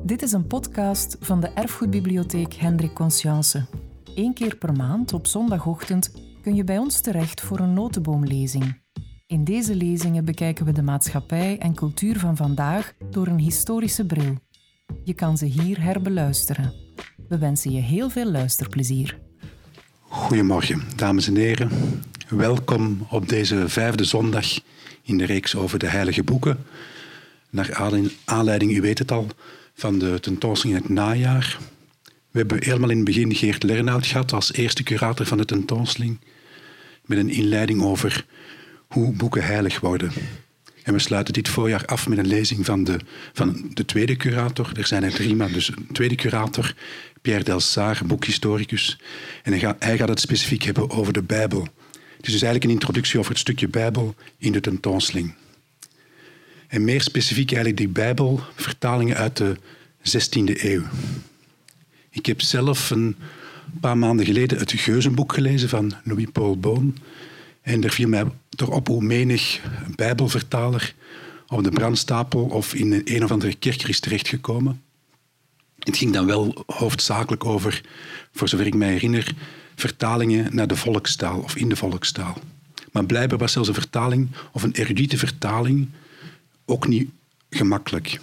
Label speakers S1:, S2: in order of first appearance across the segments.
S1: Dit is een podcast van de Erfgoedbibliotheek Hendrik Conscience. 1 keer per maand op zondagochtend kun je bij ons terecht voor een notenboomlezing. In deze lezingen bekijken we de maatschappij en cultuur van vandaag door een historische bril. Je kan ze hier herbeluisteren. We wensen je heel veel luisterplezier.
S2: Goedemorgen, dames en heren. Welkom op deze 5e zondag in de reeks over de heilige boeken. Naar aanleiding, u weet het al, van de tentoonstelling in het najaar. We hebben helemaal in het begin Geert Lernout gehad als eerste curator van de tentoonstelling. Met een inleiding over hoe boeken heilig worden. En we sluiten dit voorjaar af met een lezing van de tweede curator. Er zijn er 3, maar dus een tweede curator, Pierre Delsart, boekhistoricus. En hij gaat het specifiek hebben over de Bijbel. Het is dus eigenlijk een introductie over het stukje Bijbel in de tentoonstelling. En meer specifiek eigenlijk die Bijbelvertalingen uit de 16e eeuw. Ik heb zelf een paar maanden geleden het Geuzenboek gelezen van Louis-Paul Boon. En er viel mij toch op hoe menig Bijbelvertaler op de brandstapel of in een of andere kerker is terechtgekomen. Het ging dan wel hoofdzakelijk over, voor zover ik mij herinner, vertalingen naar de volkstaal of in de volkstaal. Maar blijkbaar was zelfs een vertaling of een erudite vertaling ook niet gemakkelijk.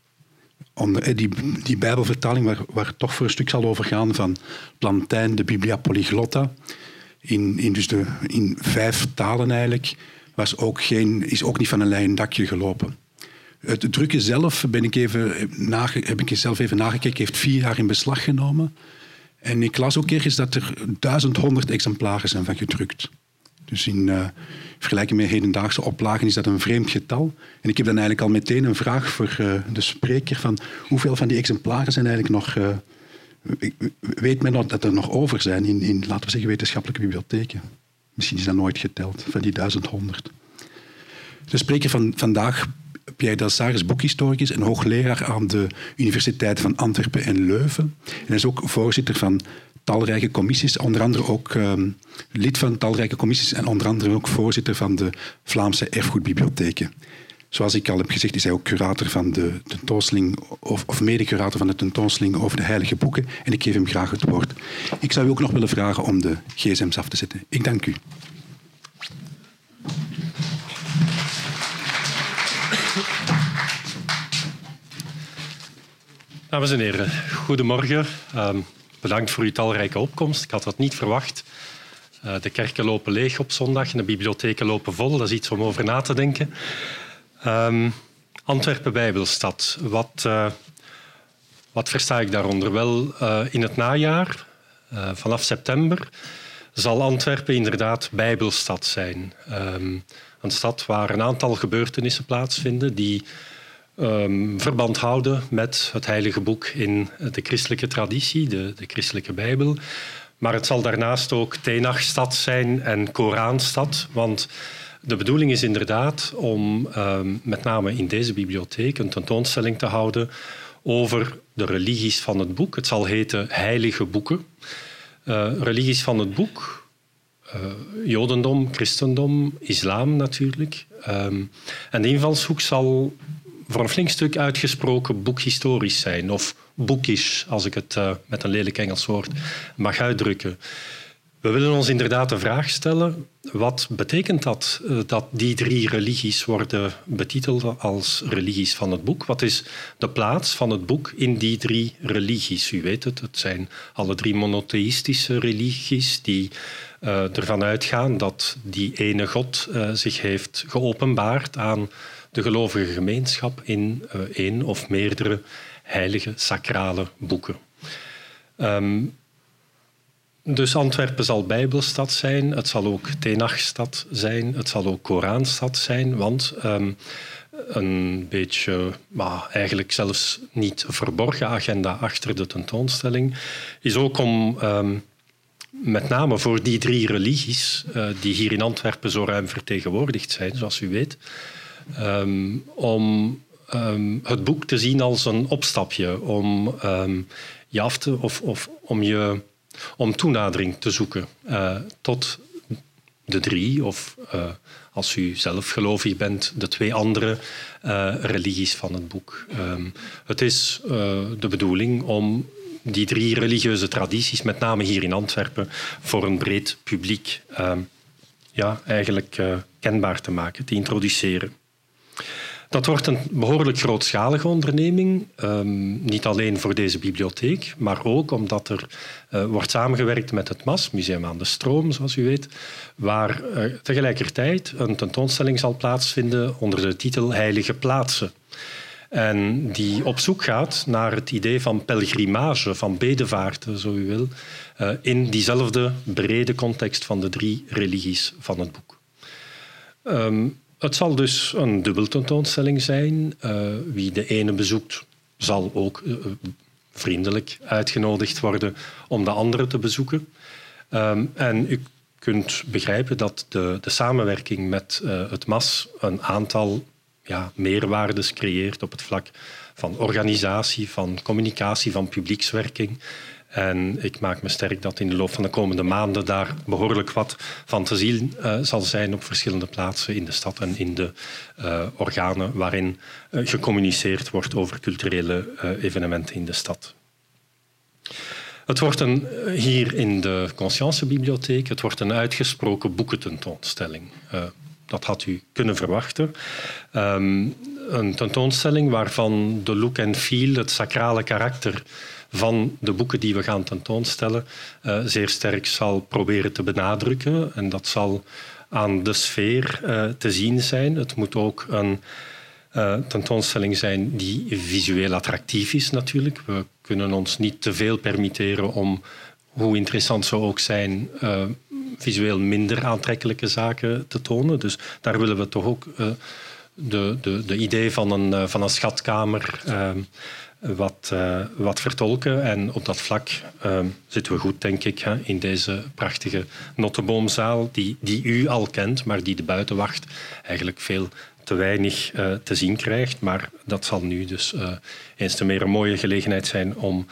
S2: Die Bijbelvertaling, waar toch voor een stuk zal overgaan van Plantijn, de Biblia Polyglotta, in 5 talen eigenlijk, is ook niet van een leien dakje gelopen. Het drukken zelf heb ik zelf even nagekeken, heeft 4 jaar in beslag genomen. En ik las ook ergens dat er 1100 exemplaren zijn van gedrukt. Dus in vergelijking met hedendaagse oplagen is dat een vreemd getal. En ik heb dan eigenlijk al meteen een vraag voor de spreker van hoeveel van die exemplaren zijn eigenlijk nog... weet men dat er nog over zijn in, laten we zeggen, wetenschappelijke bibliotheken? Misschien is dat nooit geteld, van die 1100. De spreker van vandaag, Pierre Delsart, is boekhistoricus en hoogleraar aan de Universiteiten van Antwerpen en Leuven. En hij is ook voorzitter van talrijke commissies, onder andere ook lid van talrijke commissies en onder andere ook voorzitter van de Vlaamse Erfgoedbibliotheken. Zoals ik al heb gezegd, is hij ook curator van de tentoonstelling, of mede-curator van de tentoonstelling over de heilige boeken. En ik geef hem graag het woord. Ik zou u ook nog willen vragen om de gsm's af te zetten. Ik dank u.
S3: Dames en heren, goedemorgen. Bedankt voor uw talrijke opkomst. Ik had dat niet verwacht. De kerken lopen leeg op zondag en de bibliotheken lopen vol. Dat is iets om over na te denken. Antwerpen Bijbelstad. Wat versta ik daaronder? Wel, in het najaar, vanaf september, zal Antwerpen inderdaad Bijbelstad zijn. Een stad waar een aantal gebeurtenissen plaatsvinden die verband houden met het heilige boek in de christelijke traditie, de christelijke Bijbel. Maar het zal daarnaast ook Tenachstad zijn en Koranstad, want de bedoeling is inderdaad om met name in deze bibliotheek een tentoonstelling te houden over de religies van het boek. Het zal heten Heilige Boeken. Religies van het boek, Jodendom, Christendom, Islam natuurlijk. En de invalshoek zal voor een flink stuk uitgesproken boekhistorisch zijn, of boekish, als ik het met een lelijk Engels woord mag uitdrukken. We willen ons inderdaad de vraag stellen, wat betekent dat die 3 religies worden betiteld als religies van het boek? Wat is de plaats van het boek in die 3 religies? U weet het zijn alle 3 monotheïstische religies die ervan uitgaan dat die ene God zich heeft geopenbaard aan de gelovige gemeenschap in 1 of meerdere heilige, sacrale boeken. Dus Antwerpen zal Bijbelstad zijn, het zal ook Tenachstad zijn, het zal ook Koranstad zijn, want een beetje, maar eigenlijk zelfs niet verborgen agenda achter de tentoonstelling is ook om met name voor die 3 religies die hier in Antwerpen zo ruim vertegenwoordigd zijn, zoals u weet, om het boek te zien als een opstapje, om je af te, of om toenadering te zoeken tot de 3 of als u zelf gelovig bent, de 2 andere religies van het boek. Het is de bedoeling om die 3 religieuze tradities, met name hier in Antwerpen, voor een breed publiek eigenlijk kenbaar te maken, te introduceren. Dat wordt een behoorlijk grootschalige onderneming, niet alleen voor deze bibliotheek, maar ook omdat er wordt samengewerkt met het MAS, Museum aan de Stroom, zoals u weet, waar tegelijkertijd een tentoonstelling zal plaatsvinden onder de titel Heilige Plaatsen. En die op zoek gaat naar het idee van pelgrimage, van bedevaarten, zo u wil, in diezelfde brede context van de 3 religies van het boek. Het zal dus een dubbeltentoonstelling zijn. Wie de ene bezoekt, zal ook vriendelijk uitgenodigd worden om de andere te bezoeken. En u kunt begrijpen dat de samenwerking met het MAS een aantal meerwaardes creëert op het vlak van organisatie, van communicatie, van publiekswerking. En ik maak me sterk dat in de loop van de komende maanden daar behoorlijk wat van te zien zal zijn op verschillende plaatsen in de stad en in de organen waarin gecommuniceerd wordt over culturele evenementen in de stad. Het wordt hier in de Conscience-bibliotheek, het wordt een uitgesproken boekententoonstelling. Dat had u kunnen verwachten. Een tentoonstelling waarvan de look en feel, het sacrale karakter van de boeken die we gaan tentoonstellen, zeer sterk zal proberen te benadrukken. En dat zal aan de sfeer te zien zijn. Het moet ook een tentoonstelling zijn die visueel attractief is natuurlijk. We kunnen ons niet te veel permitteren om, hoe interessant ze ook zijn, visueel minder aantrekkelijke zaken te tonen. Dus daar willen we toch ook de idee van een schatkamer wat vertolken. En op dat vlak zitten we goed, denk ik, in deze prachtige Notteboomzaal, die u al kent, maar die de buitenwacht eigenlijk veel te weinig te zien krijgt. Maar dat zal nu dus eens te meer een mooie gelegenheid zijn om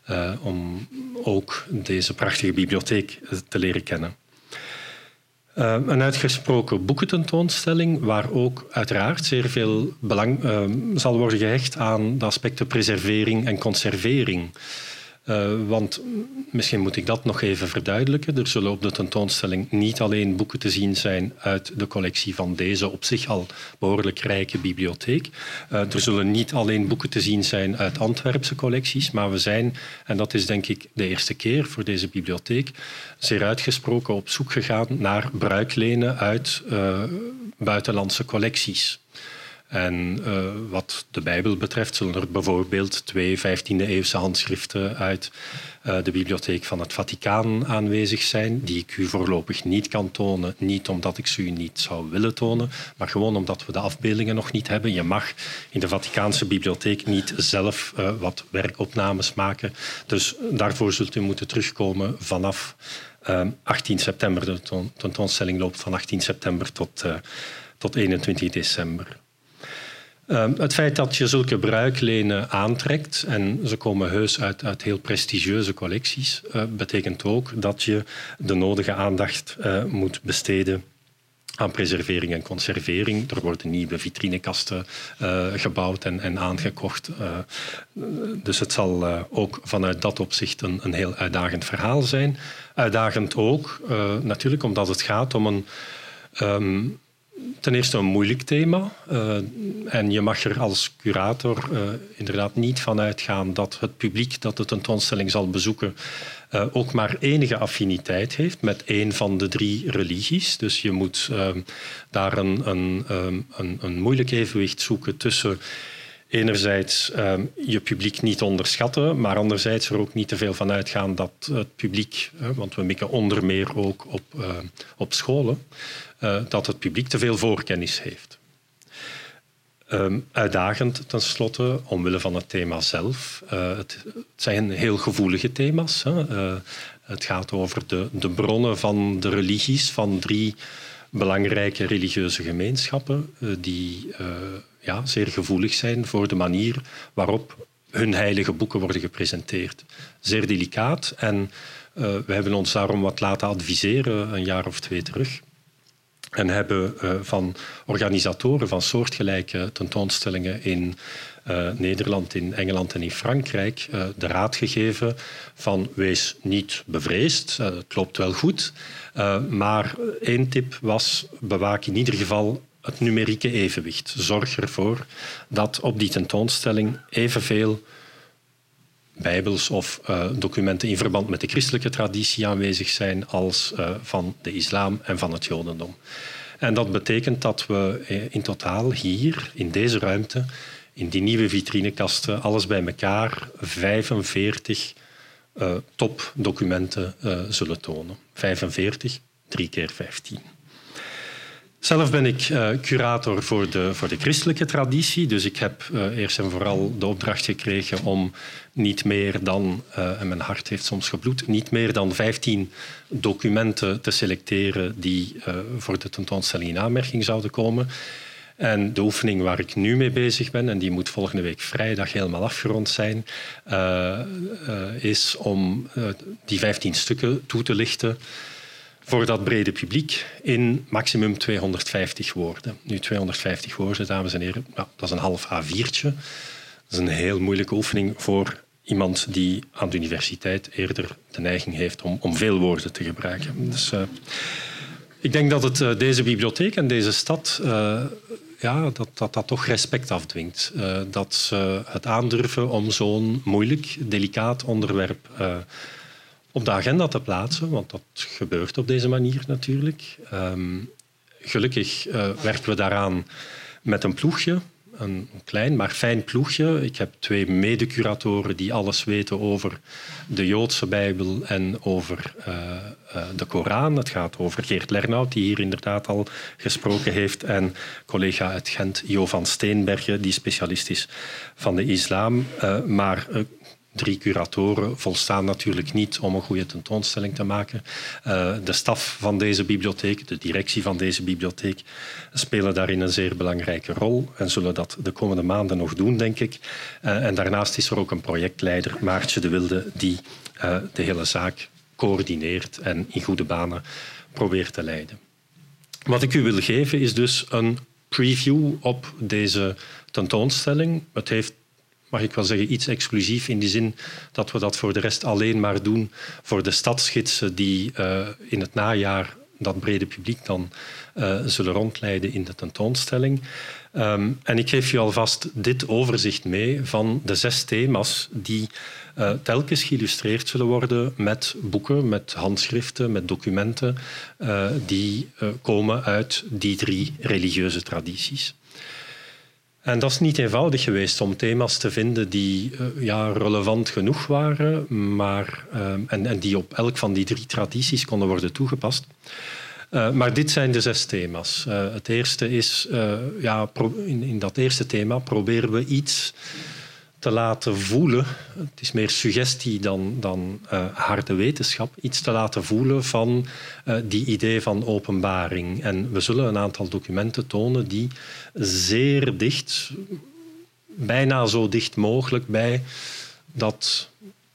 S3: ook deze prachtige bibliotheek te leren kennen. Een uitgesproken boekententoonstelling waar ook uiteraard zeer veel belang zal worden gehecht aan de aspecten preservering en conservering. Want misschien moet ik dat nog even verduidelijken. Er zullen op de tentoonstelling niet alleen boeken te zien zijn uit de collectie van deze op zich al behoorlijk rijke bibliotheek. Er zullen niet alleen boeken te zien zijn uit Antwerpse collecties, maar we zijn, en dat is denk ik de eerste keer voor deze bibliotheek, zeer uitgesproken op zoek gegaan naar bruiklenen uit buitenlandse collecties. En wat de Bijbel betreft zullen er bijvoorbeeld 2 15e-eeuwse handschriften uit de bibliotheek van het Vaticaan aanwezig zijn, die ik u voorlopig niet kan tonen. Niet omdat ik ze u niet zou willen tonen, maar gewoon omdat we de afbeeldingen nog niet hebben. Je mag in de Vaticaanse bibliotheek niet zelf wat werkopnames maken. Dus daarvoor zult u moeten terugkomen vanaf 18 september. De tentoonstelling loopt van 18 september tot 21 december. Het feit dat je zulke bruiklenen aantrekt, en ze komen heus uit heel prestigieuze collecties, betekent ook dat je de nodige aandacht moet besteden aan preservering en conservering. Er worden nieuwe vitrinekasten gebouwd en aangekocht. Dus het zal ook vanuit dat opzicht een heel uitdagend verhaal zijn. Uitdagend ook natuurlijk omdat het gaat om ten eerste een moeilijk thema. En je mag er als curator inderdaad niet van uitgaan dat het publiek dat de tentoonstelling zal bezoeken ook maar enige affiniteit heeft met één van de 3 religies. Dus je moet daar een moeilijk evenwicht zoeken tussen enerzijds je publiek niet onderschatten, maar anderzijds er ook niet te veel van uitgaan dat het publiek, want we mikken onder meer ook op scholen, dat het publiek te veel voorkennis heeft. Uitdagend tenslotte, omwille van het thema zelf. Het zijn heel gevoelige thema's. Het gaat over de bronnen van de religies van 3 belangrijke religieuze gemeenschappen die zeer gevoelig zijn voor de manier waarop hun heilige boeken worden gepresenteerd. Zeer delicaat en we hebben ons daarom wat laten adviseren een jaar of 2 terug En hebben van organisatoren van soortgelijke tentoonstellingen in Nederland, in Engeland en in Frankrijk de raad gegeven van wees niet bevreesd, het loopt wel goed. Maar één tip was, bewaak in ieder geval het numerieke evenwicht. Zorg ervoor dat op die tentoonstelling evenveel bijbels of documenten in verband met de christelijke traditie aanwezig zijn als van de islam en van het jodendom. En dat betekent dat we in totaal hier, in deze ruimte, in die nieuwe vitrinekasten, alles bij elkaar 45 topdocumenten zullen tonen. 45, 3 keer 15. Zelf ben ik curator voor de christelijke traditie. Dus ik heb eerst en vooral de opdracht gekregen om niet meer dan, en mijn hart heeft soms gebloed, niet meer dan 15 documenten te selecteren die voor de tentoonstelling in aanmerking zouden komen. En de oefening waar ik nu mee bezig ben, en die moet volgende week vrijdag helemaal afgerond zijn, is om die 15 stukken toe te lichten voor dat brede publiek in maximum 250 woorden. Nu, 250 woorden, dames en heren, nou, dat is een half A4'tje. Dat is een heel moeilijke oefening voor iemand die aan de universiteit eerder de neiging heeft om veel woorden te gebruiken. Dus ik denk dat het deze bibliotheek en deze stad dat toch respect afdwingt. Dat ze het aandurven om zo'n moeilijk, delicaat onderwerp op de agenda te plaatsen, want dat gebeurt op deze manier natuurlijk. Gelukkig werken we daaraan met een ploegje, een klein maar fijn ploegje. Ik heb 2 medecuratoren die alles weten over de Joodse Bijbel en over de Koran. Het gaat over Geert Lernout, die hier inderdaad al gesproken heeft, en collega uit Gent, Jo van Steenbergen, die specialist is van de islam. Maar 3 curatoren volstaan natuurlijk niet om een goede tentoonstelling te maken. De staf van deze bibliotheek, de directie van deze bibliotheek, spelen daarin een zeer belangrijke rol en zullen dat de komende maanden nog doen, denk ik. En daarnaast is er ook een projectleider, Maartje de Wilde, die de hele zaak coördineert en in goede banen probeert te leiden. Wat ik u wil geven is dus een preview op deze tentoonstelling. Het heeft, mag ik wel zeggen, iets exclusief in die zin dat we dat voor de rest alleen maar doen voor de stadsgidsen die in het najaar dat brede publiek dan zullen rondleiden in de tentoonstelling. En ik geef u alvast dit overzicht mee van de 6 thema's die telkens geïllustreerd zullen worden met boeken, met handschriften, met documenten die komen uit die 3 religieuze tradities. En dat is niet eenvoudig geweest om thema's te vinden die relevant genoeg waren, maar, en die op elk van die 3 tradities konden worden toegepast. Maar dit zijn de 6 thema's. Het eerste is, in dat eerste thema proberen we iets te laten voelen. Het is meer suggestie dan harde wetenschap. Iets te laten voelen van die idee van openbaring. En we zullen een aantal documenten tonen die zeer dicht, bijna zo dicht mogelijk bij dat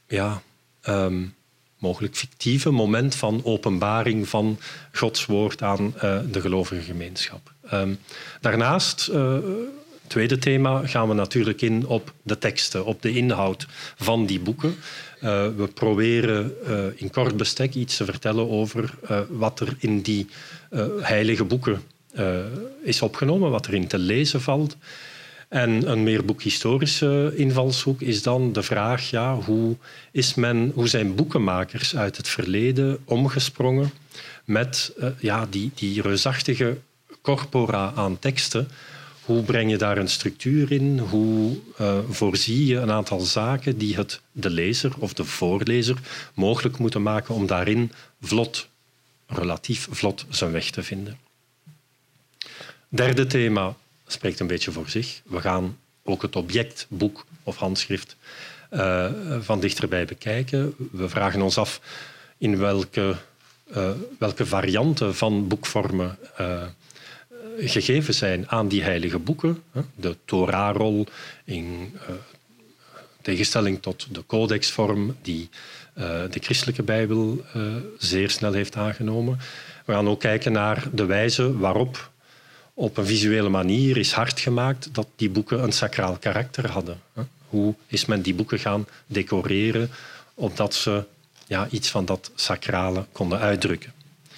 S3: mogelijk fictieve moment van openbaring van Gods woord aan de gelovige gemeenschap. Daarnaast, tweede thema, gaan we natuurlijk in op de teksten, op de inhoud van die boeken. We proberen in kort bestek iets te vertellen over wat er in die heilige boeken is opgenomen, wat er in te lezen valt. En een meer boekhistorische invalshoek is dan de vraag, hoe zijn boekenmakers uit het verleden omgesprongen met die reusachtige corpora aan teksten. Hoe breng je daar een structuur in? Hoe voorzie je een aantal zaken die het de lezer of de voorlezer mogelijk moeten maken om daarin relatief vlot zijn weg te vinden? Derde thema spreekt een beetje voor zich. We gaan ook het object, boek of handschrift van dichterbij bekijken. We vragen ons af in welke varianten van boekvormen gegeven zijn aan die heilige boeken. De Torah-rol in tegenstelling tot de codexvorm die de christelijke Bijbel zeer snel heeft aangenomen. We gaan ook kijken naar de wijze waarop op een visuele manier is hard gemaakt dat die boeken een sacraal karakter hadden. Hoe is men die boeken gaan decoreren opdat ze iets van dat sacrale konden uitdrukken.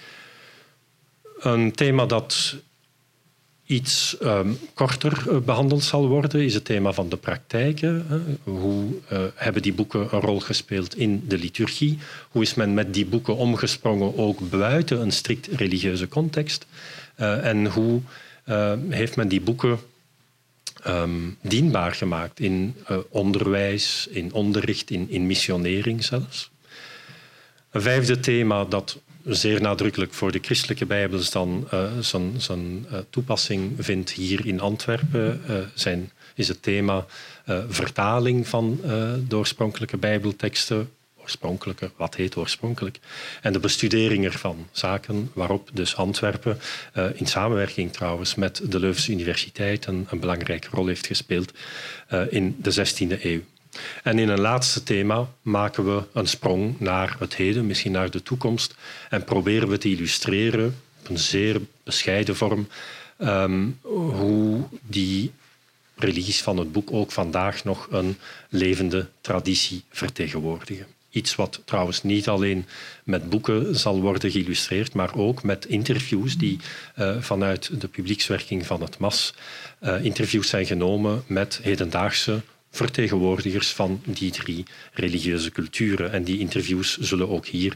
S3: Een thema dat iets korter behandeld zal worden is het thema van de praktijken. Hoe hebben die boeken een rol gespeeld in de liturgie? Hoe is men met die boeken omgesprongen ook buiten een strikt religieuze context? En hoe heeft men die boeken dienbaar gemaakt in onderwijs, in onderricht, in missionering zelfs? Een vijfde thema dat zeer nadrukkelijk voor de christelijke Bijbels dan zijn toepassing vindt hier in Antwerpen, is het thema vertaling van de oorspronkelijke Bijbelteksten. Oorspronkelijke, wat heet oorspronkelijk? En de bestudering ervan. Zaken waarop dus Antwerpen, in samenwerking trouwens met de Leuvense Universiteit, een belangrijke rol heeft gespeeld in de 16e eeuw. En in een laatste thema maken we een sprong naar het heden, misschien naar de toekomst, en proberen we te illustreren, op een zeer bescheiden vorm, hoe die religies van het boek ook vandaag nog een levende traditie vertegenwoordigen. Iets wat trouwens niet alleen met boeken zal worden geïllustreerd, maar ook met interviews die vanuit de publiekswerking van het MAS interviews zijn genomen met hedendaagse vertegenwoordigers van die drie religieuze culturen. En die interviews zullen ook hier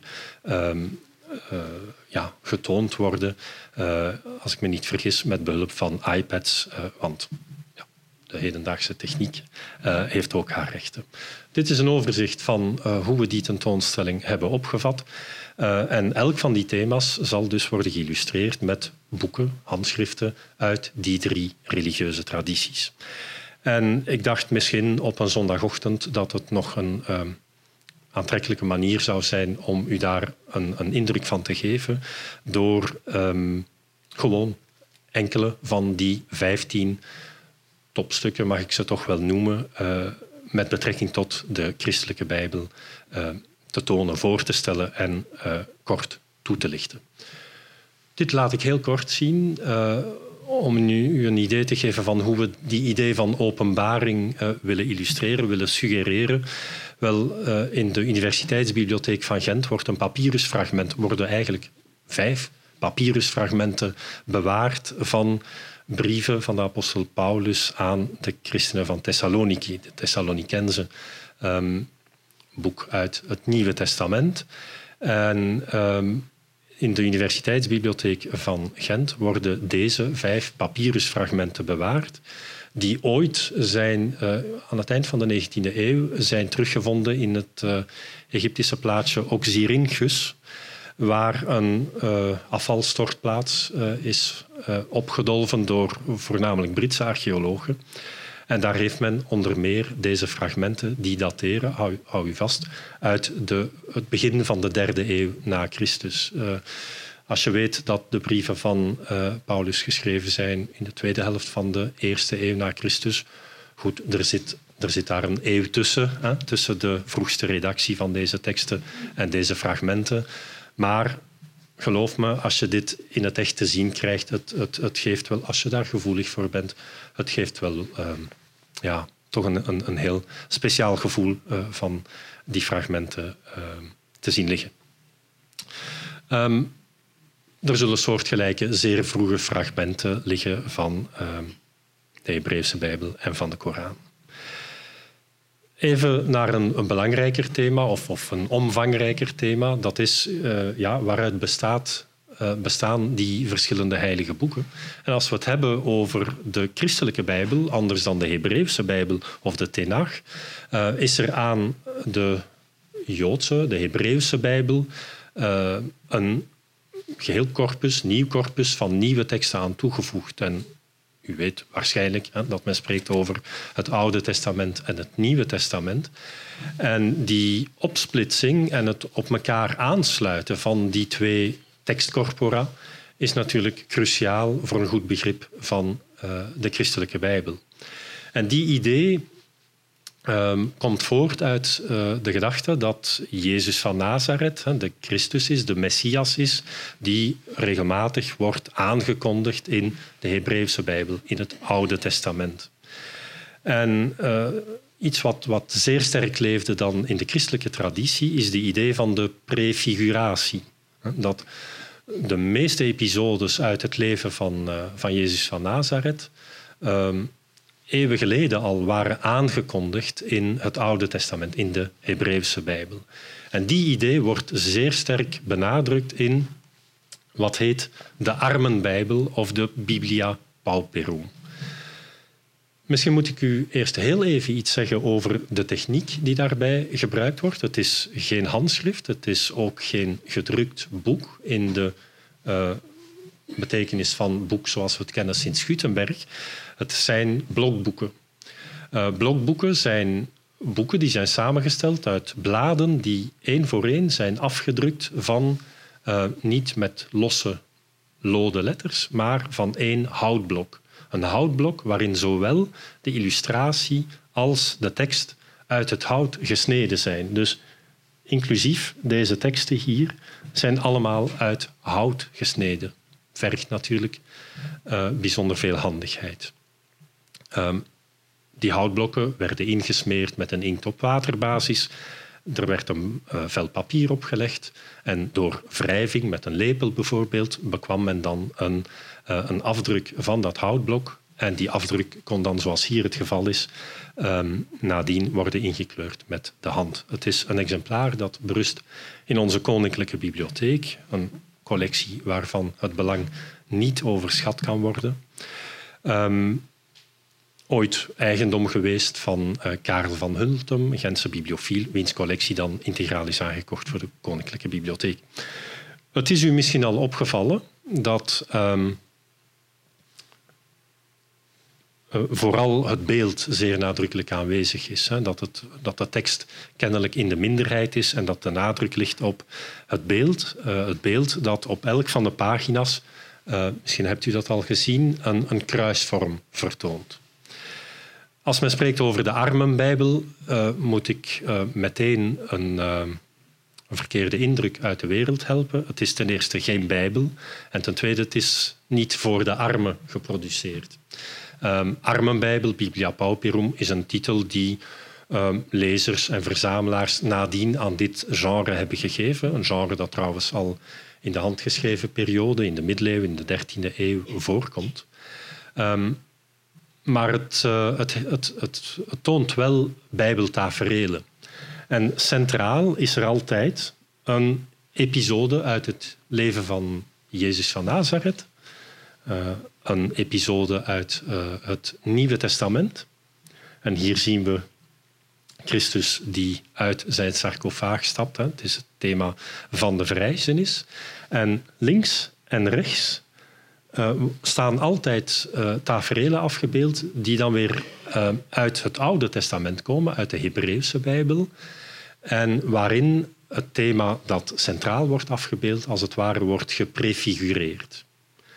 S3: getoond worden, als ik me niet vergis, met behulp van iPads, want de hedendaagse techniek heeft ook haar rechten. Dit is een overzicht van hoe we die tentoonstelling hebben opgevat. En elk van die thema's zal dus worden geïllustreerd met boeken, handschriften uit die drie religieuze tradities. En ik dacht misschien op een zondagochtend dat het nog een aantrekkelijke manier zou zijn om u daar een indruk van te geven door gewoon enkele van die 15 topstukken, mag ik ze toch wel noemen, met betrekking tot de christelijke Bijbel te tonen, voor te stellen en kort toe te lichten. Dit laat ik heel kort zien om u een idee te geven van hoe we die idee van openbaring willen illustreren, willen suggereren. Wel, in de Universiteitsbibliotheek van Gent worden eigenlijk 5 papyrusfragmenten bewaard van brieven van de apostel Paulus aan de christenen van Thessaloniki, de Thessalonicenzen, boek uit het Nieuwe Testament. En in de Universiteitsbibliotheek van Gent worden deze 5 papyrusfragmenten bewaard, die ooit zijn, aan het eind van de 19e eeuw zijn teruggevonden in het Egyptische plaatsje Oxyrhynchus, waar een afvalstortplaats is opgedolven door voornamelijk Britse archeologen. En daar heeft men onder meer deze fragmenten, die dateren, hou u vast, uit het begin van de 3e eeuw na Christus. Als je weet dat de brieven van Paulus geschreven zijn in de tweede helft van de 1e eeuw na Christus, goed, er zit daar een eeuw tussen, tussen de vroegste redactie van deze teksten en deze fragmenten. Maar geloof me, als je dit in het echt te zien krijgt, het geeft wel, als je daar gevoelig voor bent, het geeft wel toch een heel speciaal gevoel van die fragmenten te zien liggen. Er zullen soortgelijke zeer vroege fragmenten liggen van de Hebreeuwse Bijbel en van de Koran. Even naar een belangrijker thema of een omvangrijker thema. Dat is waaruit bestaan die verschillende heilige boeken. En als we het hebben over de christelijke Bijbel, anders dan de Hebreeuwse Bijbel of de Tenach, is er aan de Joodse, de Hebreeuwse Bijbel, een geheel corpus, nieuw corpus van nieuwe teksten aan toegevoegd. En u weet waarschijnlijk dat men spreekt over het Oude Testament en het Nieuwe Testament. En die opsplitsing en het op elkaar aansluiten van die 2 tekstcorpora is natuurlijk cruciaal voor een goed begrip van de christelijke Bijbel. En die idee komt voort uit de gedachte dat Jezus van Nazareth de Christus is, de Messias is, die regelmatig wordt aangekondigd in de Hebreeuwse Bijbel, in het Oude Testament. En iets wat zeer sterk leefde dan in de christelijke traditie is de idee van de prefiguratie. Dat de meeste episodes uit het leven van Jezus van Nazareth eeuwen geleden al waren aangekondigd in het Oude Testament, in de Hebreeuwse Bijbel. En die idee wordt zeer sterk benadrukt in wat heet de Armenbijbel of de Biblia Pauperum. Misschien moet ik u eerst heel even iets zeggen over de techniek die daarbij gebruikt wordt. Het is geen handschrift, het is ook geen gedrukt boek in de betekenis van boek zoals we het kennen sinds Gutenberg. Het zijn blokboeken. Blokboeken zijn boeken die zijn samengesteld uit bladen die één voor één zijn afgedrukt van niet met losse lode letters, maar van één houtblok. Een houtblok waarin zowel de illustratie als de tekst uit het hout gesneden zijn. Dus inclusief deze teksten hier zijn allemaal uit hout gesneden. Vergt natuurlijk bijzonder veel handigheid. Die houtblokken werden ingesmeerd met een inkt-op-waterbasis. Er werd een vel papier opgelegd en door wrijving met een lepel bijvoorbeeld bekwam men dan een afdruk van dat houtblok. En die afdruk kon dan, zoals hier het geval is, nadien worden ingekleurd met de hand. Het is een exemplaar dat berust in onze Koninklijke Bibliotheek, een collectie waarvan het belang niet overschat kan worden. Ooit eigendom geweest van Karel van Hultem, een Gentse bibliofiel, wiens collectie dan integraal is aangekocht voor de Koninklijke Bibliotheek. Het is u misschien al opgevallen dat vooral het beeld zeer nadrukkelijk aanwezig is. Hè? Dat de tekst kennelijk in de minderheid is en dat de nadruk ligt op het beeld dat op elk van de pagina's, misschien hebt u dat al gezien, een kruisvorm vertoont. Als men spreekt over de Armenbijbel, moet ik meteen een verkeerde indruk uit de wereld helpen. Het is ten eerste geen Bijbel en ten tweede, het is niet voor de armen geproduceerd. Armenbijbel, Biblia Pauperum, is een titel die lezers en verzamelaars nadien aan dit genre hebben gegeven. Een genre dat trouwens al in de handgeschreven periode, in de middeleeuwen, in de 13e eeuw, voorkomt. Maar het toont wel bijbeltaferelen. En centraal is er altijd een episode uit het leven van Jezus van Nazareth. Een episode uit het Nieuwe Testament. En hier zien we Christus die uit zijn sarcofaag stapt. Het is het thema van de verrijzenis. En links en rechts staan altijd taferelen afgebeeld die dan weer uit het Oude Testament komen, uit de Hebreeuwse Bijbel. En waarin het thema dat centraal wordt afgebeeld, als het ware, wordt geprefigureerd.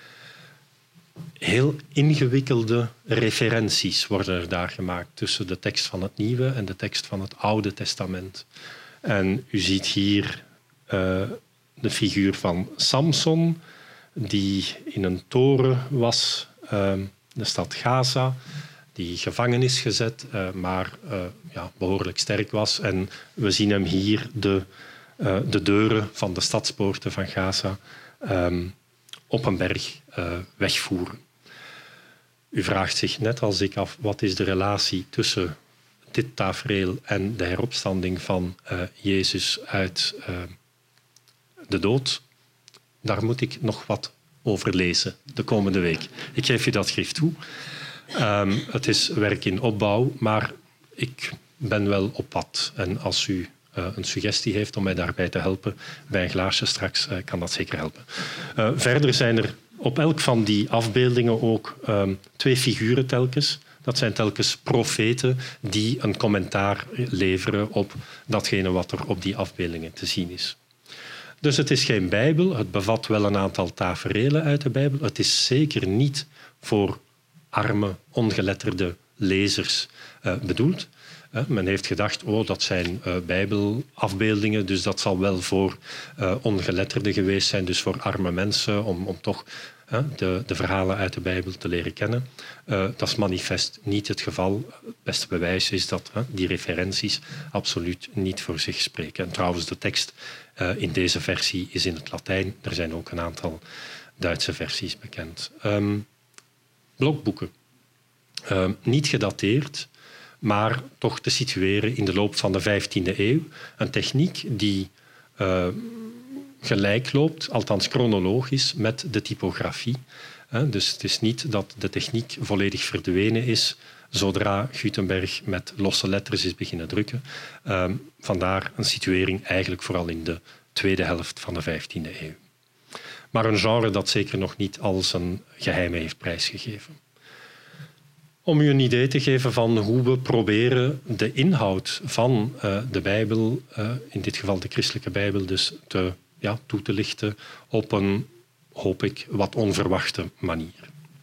S3: Heel ingewikkelde referenties worden er daar gemaakt tussen de tekst van het Nieuwe en de tekst van het Oude Testament. En u ziet hier de figuur van Samson, die in een toren was, de stad Gaza, die gevangen is gezet, maar behoorlijk sterk was. En we zien hem hier de deuren van de stadspoorten van Gaza op een berg wegvoeren. U vraagt zich net als ik af, wat is de relatie tussen dit tafereel en de heropstanding van Jezus uit de dood? Daar moet ik nog wat over lezen de komende week. Ik geef u dat schrift toe. Het is werk in opbouw, maar ik ben wel op pad. En als u een suggestie heeft om mij daarbij te helpen, bij een glaasje straks, kan dat zeker helpen. Verder zijn er op elk van die afbeeldingen ook 2 figuren telkens. Dat zijn telkens profeten die een commentaar leveren op datgene wat er op die afbeeldingen te zien is. Dus het is geen Bijbel, het bevat wel een aantal taferelen uit de Bijbel. Het is zeker niet voor arme, ongeletterde bijbellezers bedoeld. Men heeft gedacht, dat zijn bijbelafbeeldingen, dus dat zal wel voor ongeletterden geweest zijn, dus voor arme mensen, om toch de verhalen uit de Bijbel te leren kennen. Dat is manifest niet het geval. Het beste bewijs is dat die referenties absoluut niet voor zich spreken. En trouwens, de tekst in deze versie is in het Latijn. Er zijn ook een aantal Duitse versies bekend. Blokboeken. Niet gedateerd, maar toch te situeren in de loop van de 15e eeuw. Een techniek die gelijk loopt, althans chronologisch, met de typografie. Dus het is niet dat de techniek volledig verdwenen is zodra Gutenberg met losse letters is beginnen drukken. Vandaar een situering eigenlijk vooral in de tweede helft van de 15e eeuw. Maar een genre dat zeker nog niet al zijn geheimen heeft prijsgegeven. Om u een idee te geven van hoe we proberen de inhoud van de Bijbel, in dit geval de christelijke Bijbel, dus toe te lichten op een, hoop ik, wat onverwachte manier.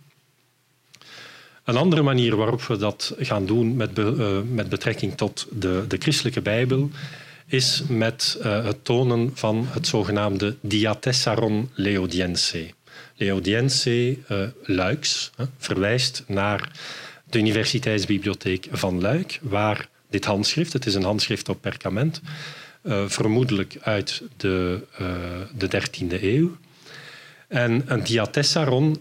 S3: Een andere manier waarop we dat gaan doen met betrekking tot de christelijke Bijbel is met het tonen van het zogenaamde Diatessaron Leodiense. Leodiense, Luiks, verwijst naar de Universiteitsbibliotheek van Luik, waar dit handschrift, het is een handschrift op perkament, vermoedelijk uit de 13e eeuw. En een diatessaron,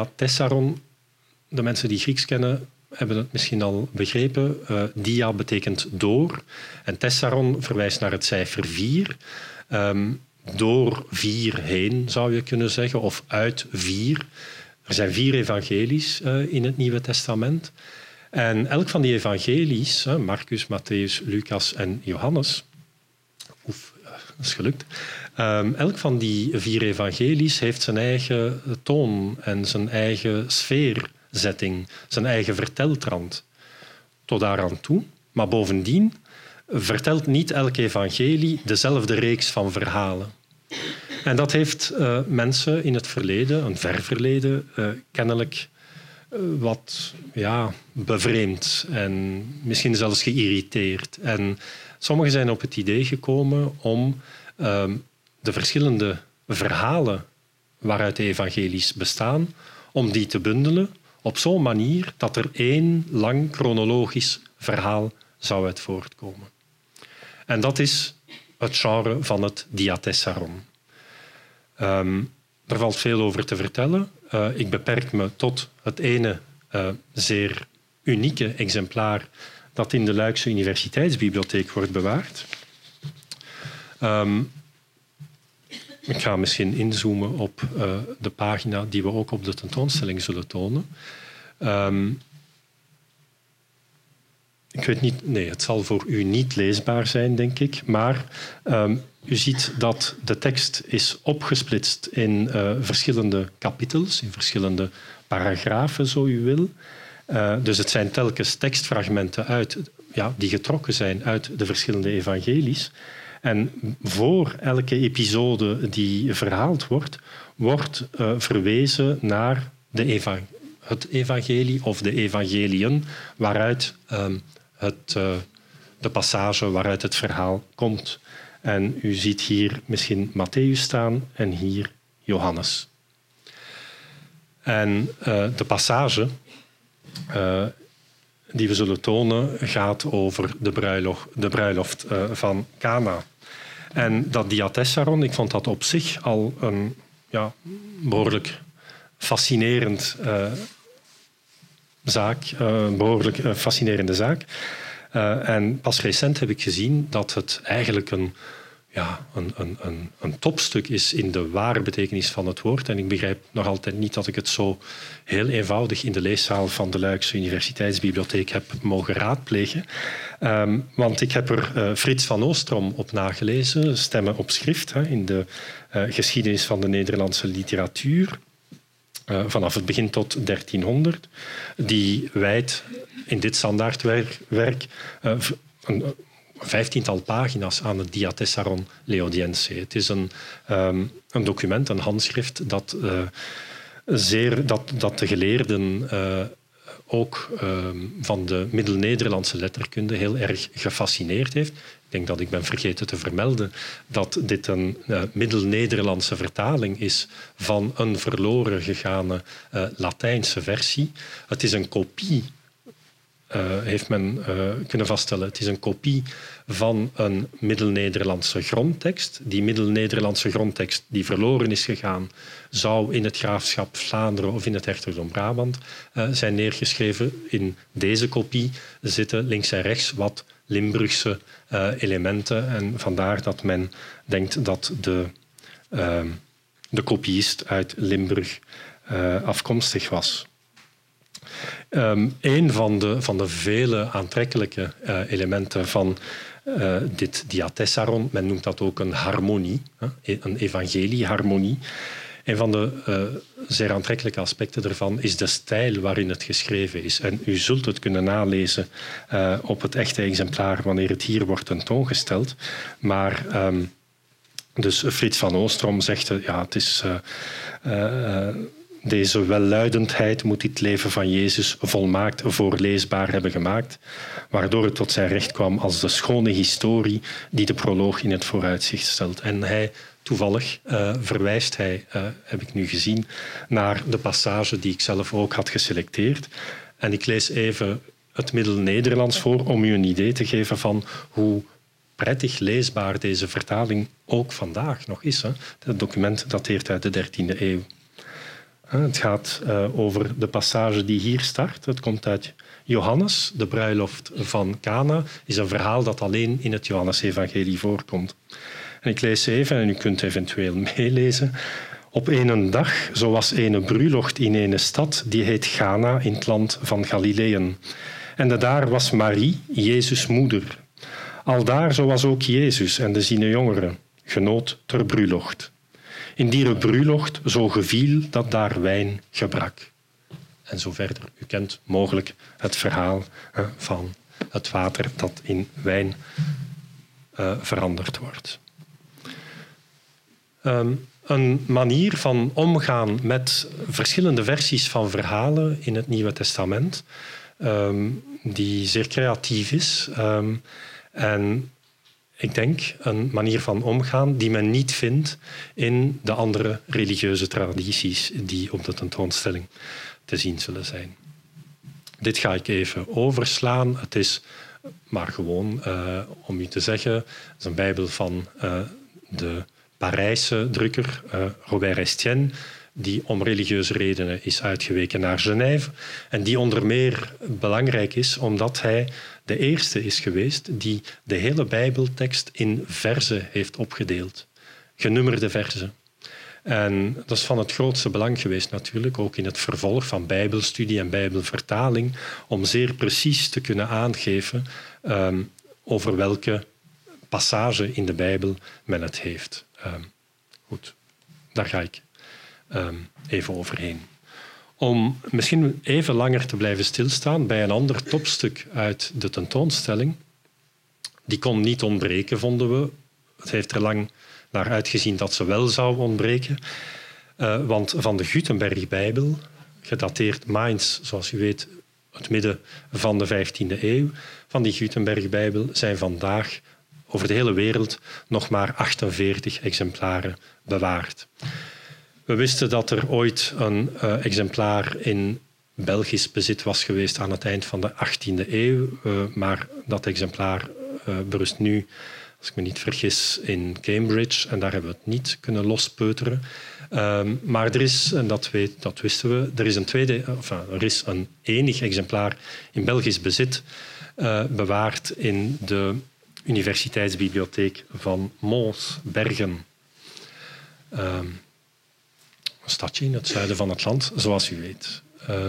S3: de mensen die Grieks kennen, hebben het misschien al begrepen. Dia betekent door en tessaron verwijst naar het cijfer 4. Door 4 heen, zou je kunnen zeggen, of uit 4. Er zijn 4 evangelies in het Nieuwe Testament. En elk van die evangelies, Marcus, Matthäus, Lucas en Johannes, dat is gelukt. Elk van die 4 evangelies heeft zijn eigen toon en zijn eigen sfeerzetting, zijn eigen verteltrand. Tot daaraan toe. Maar bovendien vertelt niet elk evangelie dezelfde reeks van verhalen. En dat heeft mensen in het verleden, een ver verleden, kennelijk wat bevreemd en misschien zelfs geïrriteerd. En sommigen zijn op het idee gekomen om de verschillende verhalen waaruit de evangelies bestaan, om die te bundelen op zo'n manier dat er 1 lang chronologisch verhaal zou uit voortkomen. En dat is het genre van het diatessaron. Er valt veel over te vertellen. Ik beperk me tot het ene zeer unieke exemplaar dat in de Luikse Universiteitsbibliotheek wordt bewaard. Ik ga misschien inzoomen op de pagina die we ook op de tentoonstelling zullen tonen. Ik weet niet, het zal voor u niet leesbaar zijn, denk ik, maar u ziet dat de tekst is opgesplitst in verschillende kapitels, in verschillende paragrafen, zo u wil. Dus het zijn telkens tekstfragmenten die getrokken zijn uit de verschillende evangelies. En voor elke episode die verhaald wordt verwezen naar het evangelie of de evangeliën waaruit de passage waaruit het verhaal komt. En u ziet hier misschien Matthäus staan en hier Johannes. En de passage die we zullen tonen gaat over de bruiloft van Cana. En dat diatessaron, ik vond dat op zich al een behoorlijk fascinerend fascinerende zaak. En pas recent heb ik gezien dat het eigenlijk een topstuk is in de ware betekenis van het woord. En ik begrijp nog altijd niet dat ik het zo heel eenvoudig in de leeszaal van de Luikse Universiteitsbibliotheek heb mogen raadplegen. Want ik heb er Frits van Oostrom op nagelezen, Stemmen op schrift, in de geschiedenis van de Nederlandse literatuur. Vanaf het begin tot 1300. Die wijdt in dit standaardwerk een 15-tal pagina's aan het Diatessaron Leodiense. Het is een document, een handschrift, dat de geleerden ook van de Middel-Nederlandse letterkunde heel erg gefascineerd heeft. Ik denk dat ik ben vergeten te vermelden dat dit een Middel-Nederlandse vertaling is van een verloren gegane Latijnse versie. Het is een kopie, heeft men kunnen vaststellen. Het is een kopie van een Middel-Nederlandse grondtekst. Die Middel-Nederlandse grondtekst die verloren is gegaan, zou in het graafschap Vlaanderen of in het hertogdom Brabant zijn neergeschreven. In deze kopie zitten links en rechts wat Limburgse elementen. En vandaar dat men denkt dat de kopiist uit Limburg afkomstig was. Een van de vele aantrekkelijke elementen van dit diatessaron, men noemt dat ook een harmonie, een evangelieharmonie. Een van de zeer aantrekkelijke aspecten daarvan is de stijl waarin het geschreven is. En u zult het kunnen nalezen op het echte exemplaar wanneer het hier wordt tentoongesteld. Maar dus Frits van Oostrom zegt, ja, het is... Deze welluidendheid moet dit leven van Jezus volmaakt voorleesbaar hebben gemaakt, waardoor het tot zijn recht kwam als de schone historie die de proloog in het vooruitzicht stelt. En hij, toevallig verwijst hij, heb ik nu gezien, naar de passage die ik zelf ook had geselecteerd. En ik lees even het Middel-Nederlands voor om u een idee te geven van hoe prettig leesbaar deze vertaling ook vandaag nog is. Het document dateert uit de 13e eeuw. Het gaat over de passage die hier start. Het komt uit Johannes, de bruiloft van Cana. Is een verhaal dat alleen in het Johannesevangelie voorkomt. En ik lees even, en u kunt eventueel meelezen. Op een dag, zo was een bruiloft in een stad, die heet Cana in het land van Galileën. En daar was Marie, Jezus' moeder. Aldaar zo was ook Jezus en de zijne jongeren, genoot ter bruiloft. In die bruiloft zo geviel dat daar wijn gebrak. En zo verder. U kent mogelijk het verhaal van het water dat in wijn veranderd wordt. Een manier van omgaan met verschillende versies van verhalen in het Nieuwe Testament, die zeer creatief is. En ik denk een manier van omgaan die men niet vindt in de andere religieuze tradities die op de tentoonstelling te zien zullen zijn. Dit ga ik even overslaan. Het is maar gewoon om u te zeggen, het is een Bijbel van de Parijse drukker Robert Estienne, die om religieuze redenen is uitgeweken naar Genève en die onder meer belangrijk is omdat hij de eerste is geweest die de hele Bijbeltekst in verzen heeft opgedeeld. Genummerde verzen. En dat is van het grootste belang geweest natuurlijk, ook in het vervolg van Bijbelstudie en Bijbelvertaling, om zeer precies te kunnen aangeven over welke passage in de Bijbel men het heeft. Goed, daar ga ik even overheen. Om misschien even langer te blijven stilstaan bij een ander topstuk uit de tentoonstelling. Die kon niet ontbreken, vonden we. Het heeft er lang naar uitgezien dat ze wel zou ontbreken. Want van de Gutenberg-Bijbel, gedateerd Mainz, zoals u weet, het midden van de 15e eeuw, van die Gutenberg-Bijbel zijn vandaag over de hele wereld nog maar 48 exemplaren bewaard. We wisten dat er ooit een exemplaar in Belgisch bezit was geweest aan het eind van de 18e eeuw. Maar dat exemplaar berust nu, als ik me niet vergis, in Cambridge. En daar hebben we het niet kunnen lospeuteren. Maar er is, en dat wisten we, er is een enig exemplaar in Belgisch bezit bewaard in de Universiteitsbibliotheek van Mons, Bergen. Een stadje in het zuiden van het land, zoals u weet.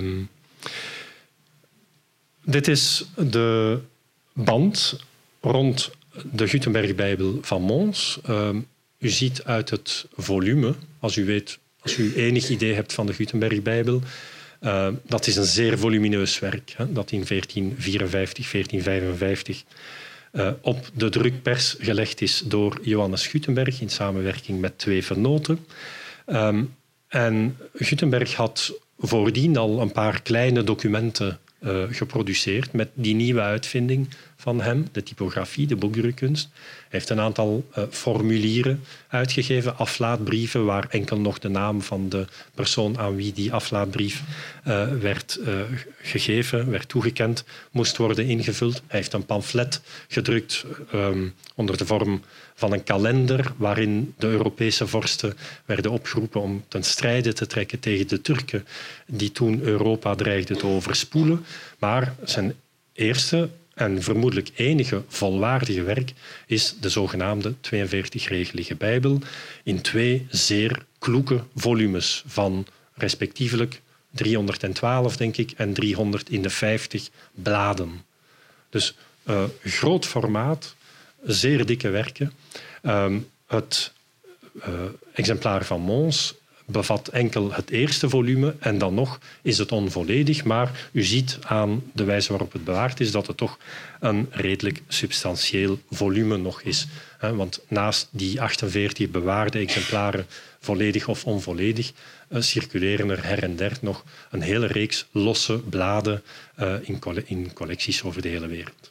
S3: Dit is de band rond de Gutenberg-Bijbel van Mons. U ziet uit het volume, als u enig idee hebt van de Gutenberg-Bijbel, dat is een zeer volumineus werk, dat in 1454, 1455 op de drukpers gelegd is door Johannes Gutenberg in samenwerking met 2 venoten. En Gutenberg had voordien al een paar kleine documenten geproduceerd met die nieuwe uitvinding van hem, de typografie, de boekdrukkunst. Hij heeft een aantal formulieren uitgegeven, aflaatbrieven, waar enkel nog de naam van de persoon aan wie die aflaatbrief werd gegeven, werd toegekend, moest worden ingevuld. Hij heeft een pamflet gedrukt onder de vorm van een kalender waarin de Europese vorsten werden opgeroepen om ten strijde te trekken tegen de Turken die toen Europa dreigden te overspoelen. Maar zijn eerste en vermoedelijk enige volwaardige werk is de zogenaamde 42-regelige Bijbel in 2 zeer kloeke volumes van respectievelijk 312, denk ik, en 350 bladen. Dus groot formaat, zeer dikke werken. Het exemplaar van Mons bevat enkel het eerste volume en dan nog is het onvolledig. Maar u ziet aan de wijze waarop het bewaard is dat het toch een redelijk substantieel volume nog is. Want naast die 48 bewaarde exemplaren, volledig of onvolledig, circuleren er her en der nog een hele reeks losse bladen in collecties over de hele wereld.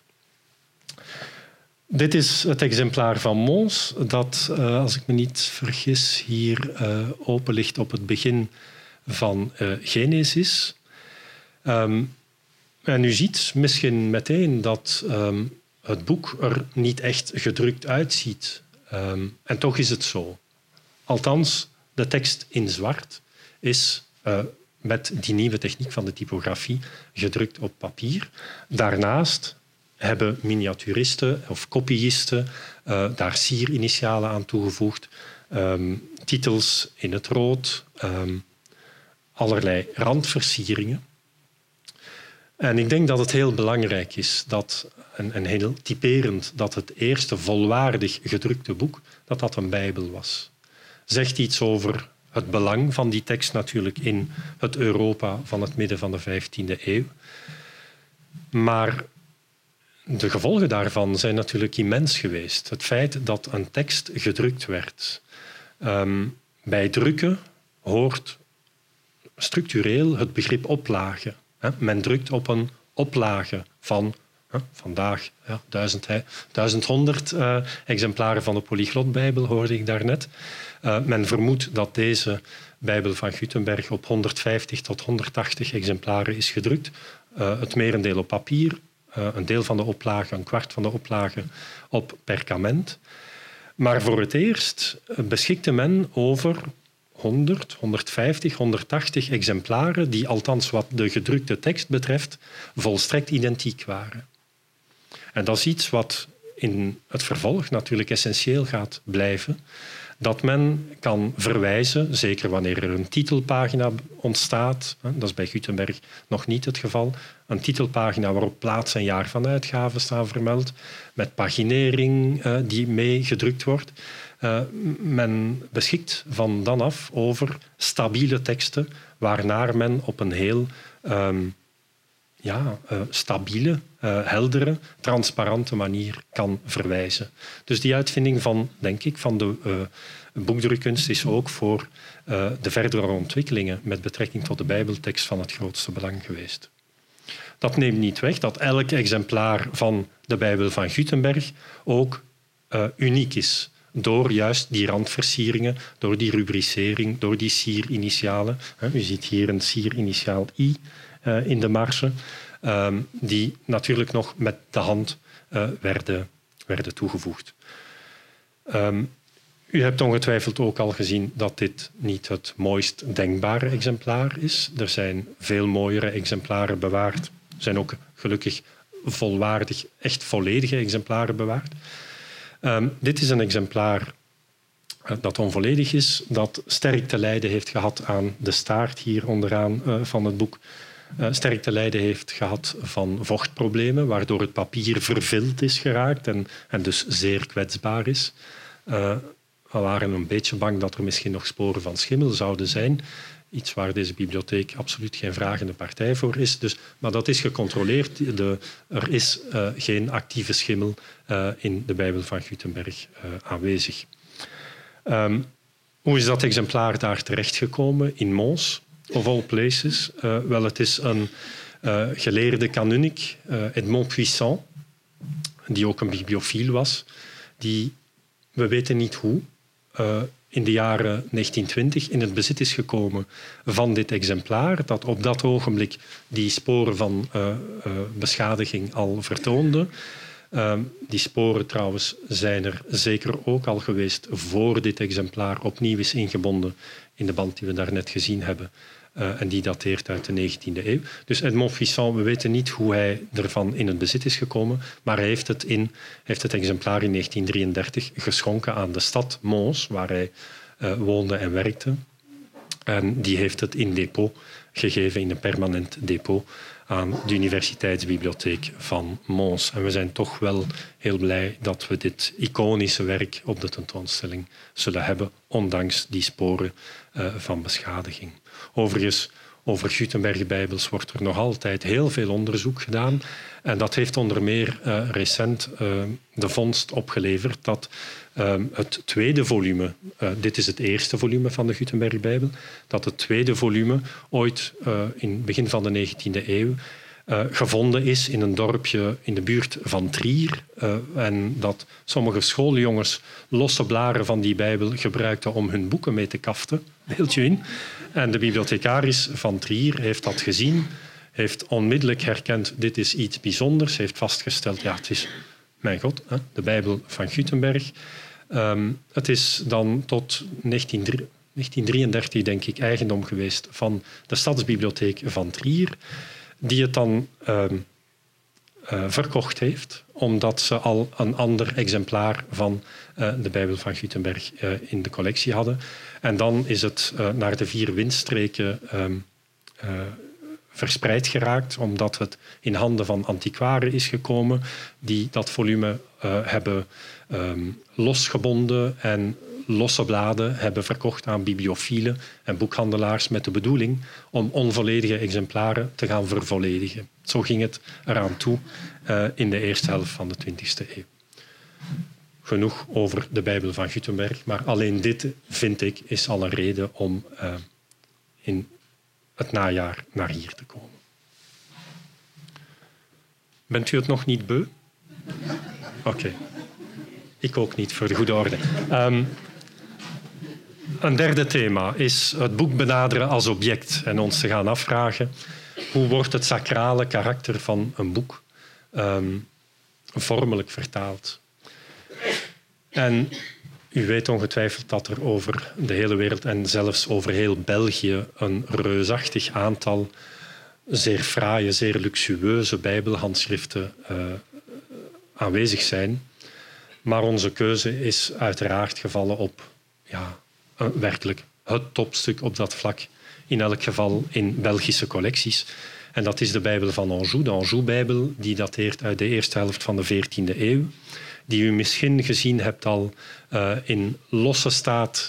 S3: Dit is het exemplaar van Mons dat, als ik me niet vergis, hier open ligt op het begin van Genesis. En u ziet misschien meteen dat het boek er niet echt gedrukt uitziet. En toch is het zo. Althans, de tekst in zwart is met die nieuwe techniek van de typografie gedrukt op papier. Daarnaast hebben miniaturisten of kopiisten daar sierinitialen aan toegevoegd, titels in het rood, allerlei randversieringen. En ik denk dat het heel belangrijk is dat, en heel typerend, dat het eerste volwaardig gedrukte boek dat een Bijbel was. Zegt iets over het belang van die tekst natuurlijk in het Europa van het midden van de 15e eeuw. Maar de gevolgen daarvan zijn natuurlijk immens geweest. Het feit dat een tekst gedrukt werd. Bij drukken hoort structureel het begrip oplage. Men drukt op een oplage van vandaag 1100 exemplaren van de Polyglotbijbel, hoorde ik daarnet. Men vermoedt dat deze Bijbel van Gutenberg op 150 tot 180 exemplaren is gedrukt. Het merendeel op papier, een deel van de oplage, een kwart van de oplage op perkament. Maar voor het eerst beschikte men over 100, 150, 180 exemplaren die, althans wat de gedrukte tekst betreft, volstrekt identiek waren. En dat is iets wat in het vervolg natuurlijk essentieel gaat blijven. Dat men kan verwijzen, zeker wanneer er een titelpagina ontstaat, dat is bij Gutenberg nog niet het geval, een titelpagina waarop plaats en jaar van uitgave staan vermeld, met paginering die mee gedrukt wordt. Men beschikt van dan af over stabiele teksten, waarnaar men op een heel stabiele, heldere, transparante manier kan verwijzen. Dus die uitvinding van, denk ik, van de boekdrukkunst is ook voor de verdere ontwikkelingen met betrekking tot de Bijbeltekst van het grootste belang geweest. Dat neemt niet weg dat elk exemplaar van de Bijbel van Gutenberg ook uniek is. Door juist die randversieringen, door die rubricering, door die sierinitialen. U ziet hier een sierinitiaal I in de marge, die natuurlijk nog met de hand werden toegevoegd. U hebt ongetwijfeld ook al gezien dat dit niet het mooist denkbare exemplaar is. Er zijn veel mooiere exemplaren bewaard. Er zijn ook gelukkig volwaardig, echt volledige exemplaren bewaard. Dit is een exemplaar dat onvolledig is, dat sterk te lijden heeft gehad aan de staart hier onderaan van het boek. Sterk te lijden heeft gehad van vochtproblemen, waardoor het papier vervild is geraakt en dus zeer kwetsbaar is. We waren een beetje bang dat er misschien nog sporen van schimmel zouden zijn. Iets waar deze bibliotheek absoluut geen vragende partij voor is. Maar dat is gecontroleerd. Er is geen actieve schimmel in de Bijbel van Gutenberg aanwezig. Hoe is dat exemplaar daar terechtgekomen? In Mons, of all places. Wel, het is een geleerde kanunnik, Edmond Puissant, die ook een bibliofiel was, die, we weten niet hoe, in de jaren 1920 in het bezit is gekomen van dit exemplaar, dat op dat ogenblik die sporen van beschadiging al vertoonde. Die sporen trouwens zijn er zeker ook al geweest voor dit exemplaar opnieuw is ingebonden in de band die we daarnet gezien hebben. En die dateert uit de 19e eeuw. Dus Edmond Puissant, we weten niet hoe hij ervan in het bezit is gekomen, maar hij heeft het exemplaar in 1933 geschonken aan de stad Mons, waar hij woonde en werkte. En die heeft het in depot gegeven, in een permanent depot, aan de Universiteitsbibliotheek van Mons. En we zijn toch wel heel blij dat we dit iconische werk op de tentoonstelling zullen hebben, ondanks die sporen van beschadiging. Overigens, over Gutenberg-bijbels wordt er nog altijd heel veel onderzoek gedaan. En dat heeft onder meer recent de vondst opgeleverd dat het tweede volume, dit is het eerste volume van de Gutenberg-bijbel, dat het tweede volume ooit in het begin van de 19e eeuw gevonden is in een dorpje in de buurt van Trier. En dat sommige schooljongens losse blaren van die bijbel gebruikten om hun boeken mee te kaften. Beeld je in? En de bibliothecaris van Trier heeft dat gezien, heeft onmiddellijk herkend, dit is iets bijzonders, heeft vastgesteld, ja, het is, mijn god, de Bijbel van Gutenberg. Het is dan tot 1933, denk ik, eigendom geweest van de Stadsbibliotheek van Trier, die het dan verkocht heeft, omdat ze al een ander exemplaar van de Bijbel van Gutenberg in de collectie hadden. En dan is het naar de 4 windstreken verspreid geraakt, omdat het in handen van antiquaren is gekomen die dat volume hebben losgebonden en losse bladen hebben verkocht aan bibliofielen en boekhandelaars met de bedoeling om onvolledige exemplaren te gaan vervolledigen. Zo ging het eraan toe in de eerste helft van de 20e eeuw. Genoeg over de Bijbel van Gutenberg, maar alleen dit, vind ik, is al een reden om in het najaar naar hier te komen. Bent u het nog niet beu? Oké. Ik ook niet, voor de goede orde. Een derde thema is het boek benaderen als object en ons te gaan afvragen hoe wordt het sacrale karakter van een boek vormelijk vertaald. En u weet ongetwijfeld dat er over de hele wereld en zelfs over heel België een reusachtig aantal zeer fraaie, zeer luxueuze bijbelhandschriften aanwezig zijn. Maar onze keuze is uiteraard gevallen op werkelijk het topstuk op dat vlak, in elk geval in Belgische collecties. En dat is de Bijbel van Anjou, de Anjou-bijbel, die dateert uit de eerste helft van de 14e eeuw. Die u misschien gezien hebt al in losse staat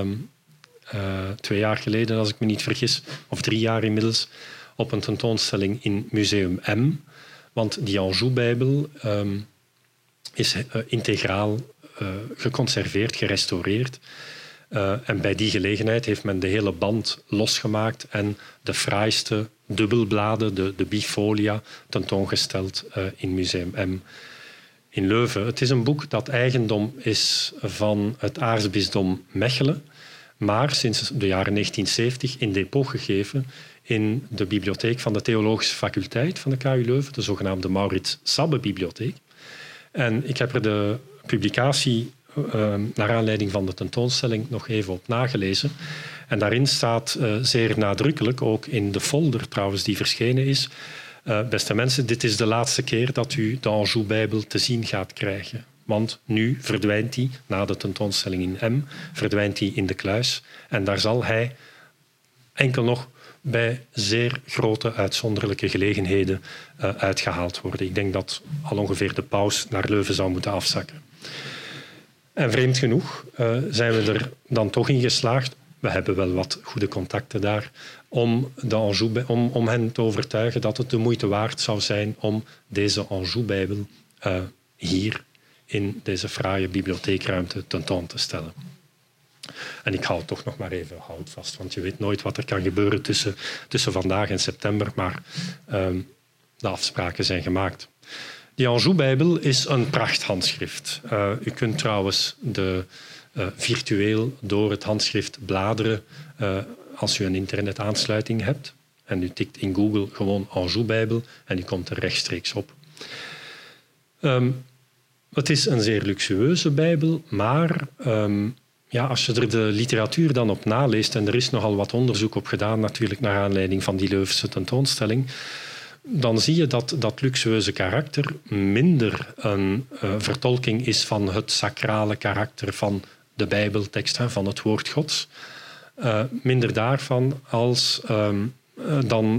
S3: 2 jaar geleden, als ik me niet vergis, of 3 jaar inmiddels, op een tentoonstelling in Museum M. Want die Anjou-bijbel is integraal geconserveerd, gerestaureerd. En bij die gelegenheid heeft men de hele band losgemaakt en de fraaiste dubbelbladen, de bifolia, tentoongesteld in Museum M in Leuven. Het is een boek dat eigendom is van het aartsbisdom Mechelen, maar sinds de jaren 1970 in depot gegeven in de bibliotheek van de Theologische Faculteit van de KU Leuven, de zogenaamde Maurits Sabbe-bibliotheek. En ik heb er de publicatie naar aanleiding van de tentoonstelling nog even op nagelezen. En daarin staat zeer nadrukkelijk, ook in de folder trouwens die verschenen is, beste mensen, dit is de laatste keer dat u de Anjou-bijbel te zien gaat krijgen. Want nu verdwijnt hij, na de tentoonstelling in M, verdwijnt hij in de kluis. En daar zal hij enkel nog bij zeer grote uitzonderlijke gelegenheden uitgehaald worden. Ik denk dat al ongeveer de paus naar Leuven zou moeten afzakken. En vreemd genoeg zijn we er dan toch in geslaagd, we hebben wel wat goede contacten daar, om hen te overtuigen dat het de moeite waard zou zijn om deze Anjou-bijbel hier in deze fraaie bibliotheekruimte tentoon te stellen. En ik hou het toch nog maar even vast, want je weet nooit wat er kan gebeuren tussen vandaag en september, maar de afspraken zijn gemaakt. Die Anjou-bijbel is een prachthandschrift. U kunt trouwens virtueel door het handschrift bladeren als u een internetaansluiting hebt. En u tikt in Google gewoon Anjou-bijbel en u komt er rechtstreeks op. Het is een zeer luxueuze bijbel, maar als je er de literatuur dan op naleest, en er is nogal wat onderzoek op gedaan natuurlijk naar aanleiding van die Leuvense tentoonstelling, dan zie je dat dat luxueuze karakter minder een vertolking is van het sacrale karakter van de Bijbeltekst, van het woord Gods. Minder daarvan als dan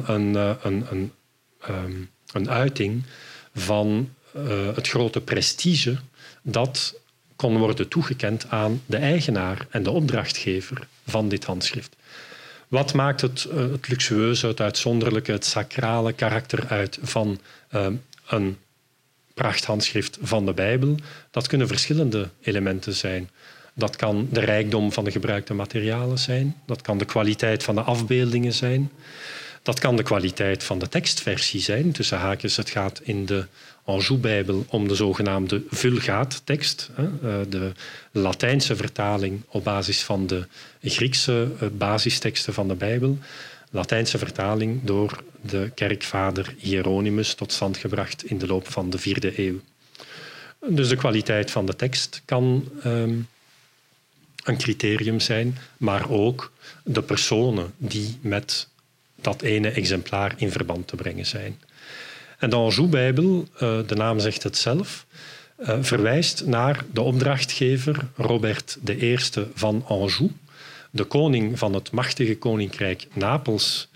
S3: een uiting van het grote prestige dat kon worden toegekend aan de eigenaar en de opdrachtgever van dit handschrift. Wat maakt het luxueuze, het uitzonderlijke, het sacrale karakter uit van een prachthandschrift van de Bijbel? Dat kunnen verschillende elementen zijn. Dat kan de rijkdom van de gebruikte materialen zijn. Dat kan de kwaliteit van de afbeeldingen zijn. Dat kan de kwaliteit van de tekstversie zijn. Tussen haakjes, het gaat in de Anjou-bijbel om de zogenaamde Vulgaat-tekst, de Latijnse vertaling op basis van de Griekse basisteksten van de Bijbel. Latijnse vertaling door de kerkvader Hieronymus tot stand gebracht in de loop van de 4e eeuw. Dus de kwaliteit van de tekst kan een criterium zijn, maar ook de personen die met dat ene exemplaar in verband te brengen zijn. En de Anjou-bijbel, de naam zegt het zelf, verwijst naar de opdrachtgever Robert I van Anjou, de koning van het machtige koninkrijk Napels,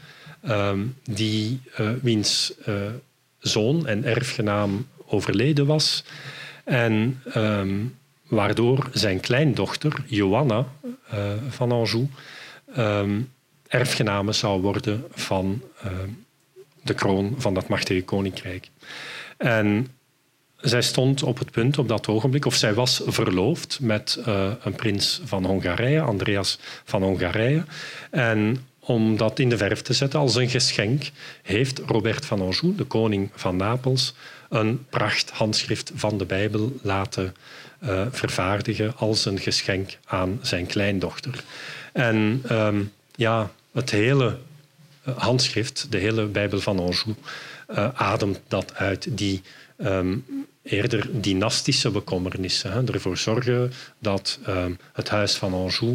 S3: wiens zoon en erfgenaam overleden was en waardoor zijn kleindochter Johanna van Anjou erfgename zou worden van de kroon van dat machtige koninkrijk. En zij stond op het punt op dat ogenblik, of zij was verloofd met een prins van Hongarije, Andreas van Hongarije. En om dat in de verf te zetten als een geschenk, heeft Robert van Anjou, de koning van Napels, een prachthandschrift van de Bijbel laten vervaardigen als een geschenk aan zijn kleindochter. En het hele handschrift, de hele Bijbel van Anjou, ademt dat uit, die eerder dynastische bekommernissen. Ervoor zorgen dat het huis van Anjou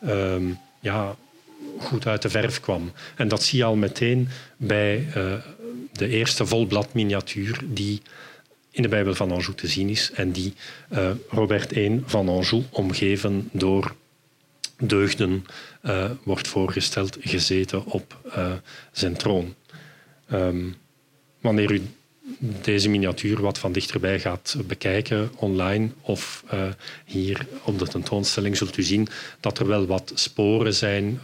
S3: goed uit de verf kwam. En dat zie je al meteen bij de eerste volblad-miniatuur die in de Bijbel van Anjou te zien is en die Robert I van Anjou, omgeven door deugden, wordt voorgesteld, gezeten op zijn troon. Wanneer u deze miniatuur wat van dichterbij gaat bekijken, online of hier op de tentoonstelling, zult u zien dat er wel wat sporen zijn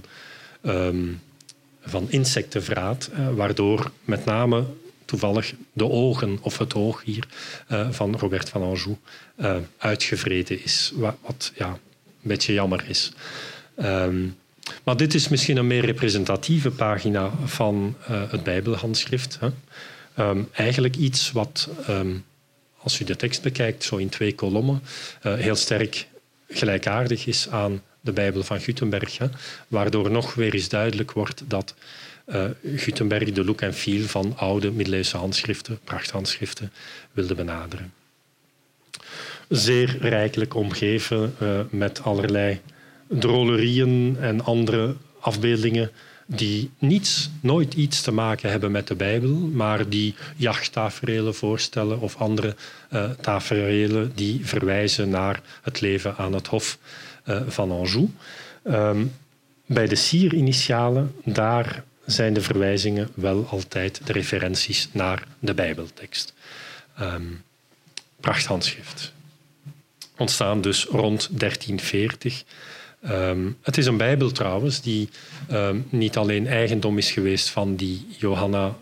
S3: van insectenvraat, waardoor met name toevallig de ogen of het oog hier van Robert van Anjou uitgevreten is, wat een beetje jammer is. Maar dit is misschien een meer representatieve pagina van het Bijbelhandschrift. Eigenlijk iets wat, als u de tekst bekijkt, zo in 2 kolommen, heel sterk gelijkaardig is aan de Bijbel van Gutenberg, waardoor nog weer eens duidelijk wordt dat Gutenberg de look en feel van oude middeleeuwse handschriften, prachthandschriften, wilde benaderen. Zeer rijkelijk omgeven met allerlei drolerieën en andere afbeeldingen die nooit iets te maken hebben met de Bijbel, maar die jachttaferelen voorstellen of andere taferelen die verwijzen naar het leven aan het hof van Anjou. Bij de sierinitialen, daar zijn de verwijzingen wel altijd de referenties naar de Bijbeltekst. Prachthandschrift. Ontstaan dus rond 1340. Het is een Bijbel trouwens die niet alleen eigendom is geweest van die Johanna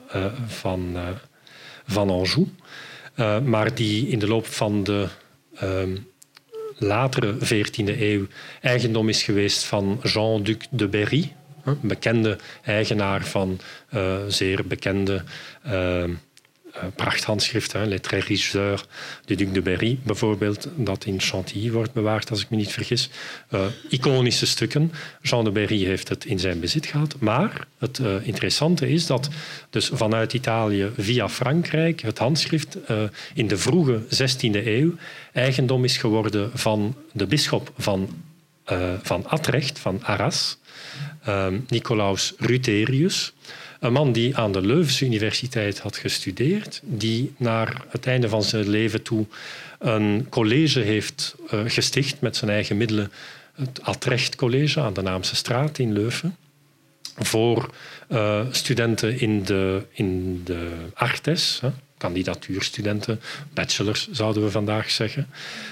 S3: van Anjou, maar die in de loop van de latere 14e eeuw eigendom is geweest van Jean-Duc de Berry, een bekende eigenaar van zeer bekende prachthandschriften, Les Trésors du Duc de Berry bijvoorbeeld, dat in Chantilly wordt bewaard, als ik me niet vergis. Iconische stukken. Jean de Berry heeft het in zijn bezit gehad. Maar het interessante is dat dus vanuit Italië via Frankrijk het handschrift in de vroege 16e eeuw eigendom is geworden van de bisschop van Atrecht, van Arras, Nicolaus Ruterius. Een man die aan de Leuvense Universiteit had gestudeerd, die naar het einde van zijn leven toe een college heeft gesticht met zijn eigen middelen, het Atrecht College aan de Naamse straat in Leuven, voor studenten in de artes, kandidatuurstudenten, bachelors zouden we vandaag zeggen,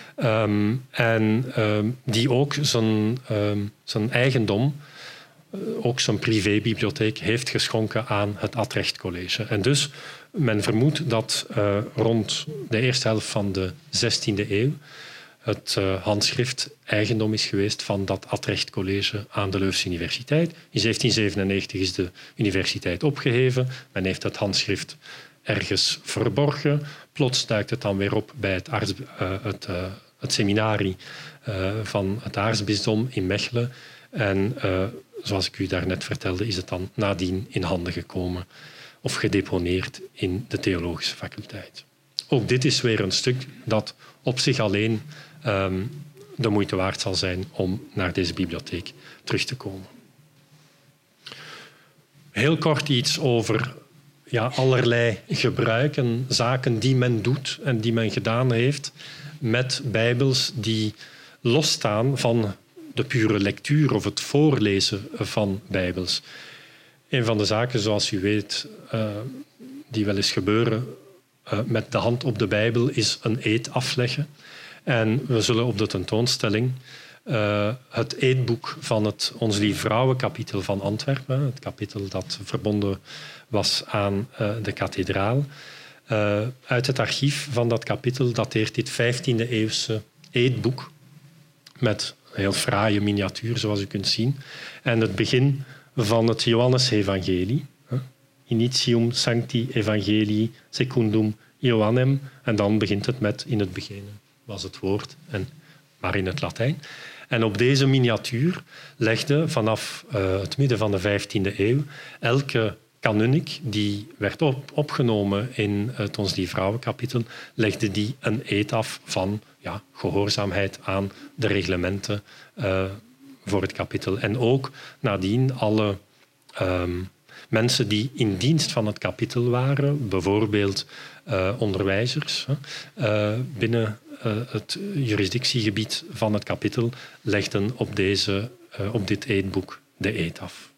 S3: die ook zijn eigendom, ook zijn privébibliotheek, heeft geschonken aan het Atrecht College. En dus men vermoedt dat rond de eerste helft van de 16e eeuw het handschrift eigendom is geweest van dat Atrecht College aan de Leuvense Universiteit. In 1797 is de universiteit opgeheven. Men heeft het handschrift ergens verborgen. Plots duikt het dan weer op bij het seminarie van het aartsbisdom in Mechelen. En zoals ik u daarnet vertelde, is het dan nadien in handen gekomen of gedeponeerd in de theologische faculteit. Ook dit is weer een stuk dat op zich alleen de moeite waard zal zijn om naar deze bibliotheek terug te komen. Heel kort iets over allerlei gebruiken, zaken die men doet en die men gedaan heeft met bijbels die losstaan van de pure lectuur of het voorlezen van bijbels. Een van de zaken, zoals u weet, die wel eens gebeuren met de hand op de bijbel, is een eed afleggen. En we zullen op de tentoonstelling het eedboek van het Ons Lieve Vrouwen-kapitel van Antwerpen, het kapitel dat verbonden was aan de kathedraal, uit het archief van dat kapitel dateert dit 15e-eeuwse eedboek met een heel fraaie miniatuur, zoals u kunt zien. En het begin van het Johannes-evangelie. Initium Sancti Evangelii Secundum Johannem. En dan begint het met in het begin was het woord, maar in het Latijn. En op deze miniatuur legde vanaf het midden van de 15e eeuw elke kanunnik die werd opgenomen in het Ons Lieve Vrouwen-kapitel, legde die een eed af van gehoorzaamheid aan de reglementen voor het kapitel. En ook nadien alle mensen die in dienst van het kapitel waren, bijvoorbeeld onderwijzers binnen het jurisdictiegebied van het kapitel, legden op dit eedboek de eed af.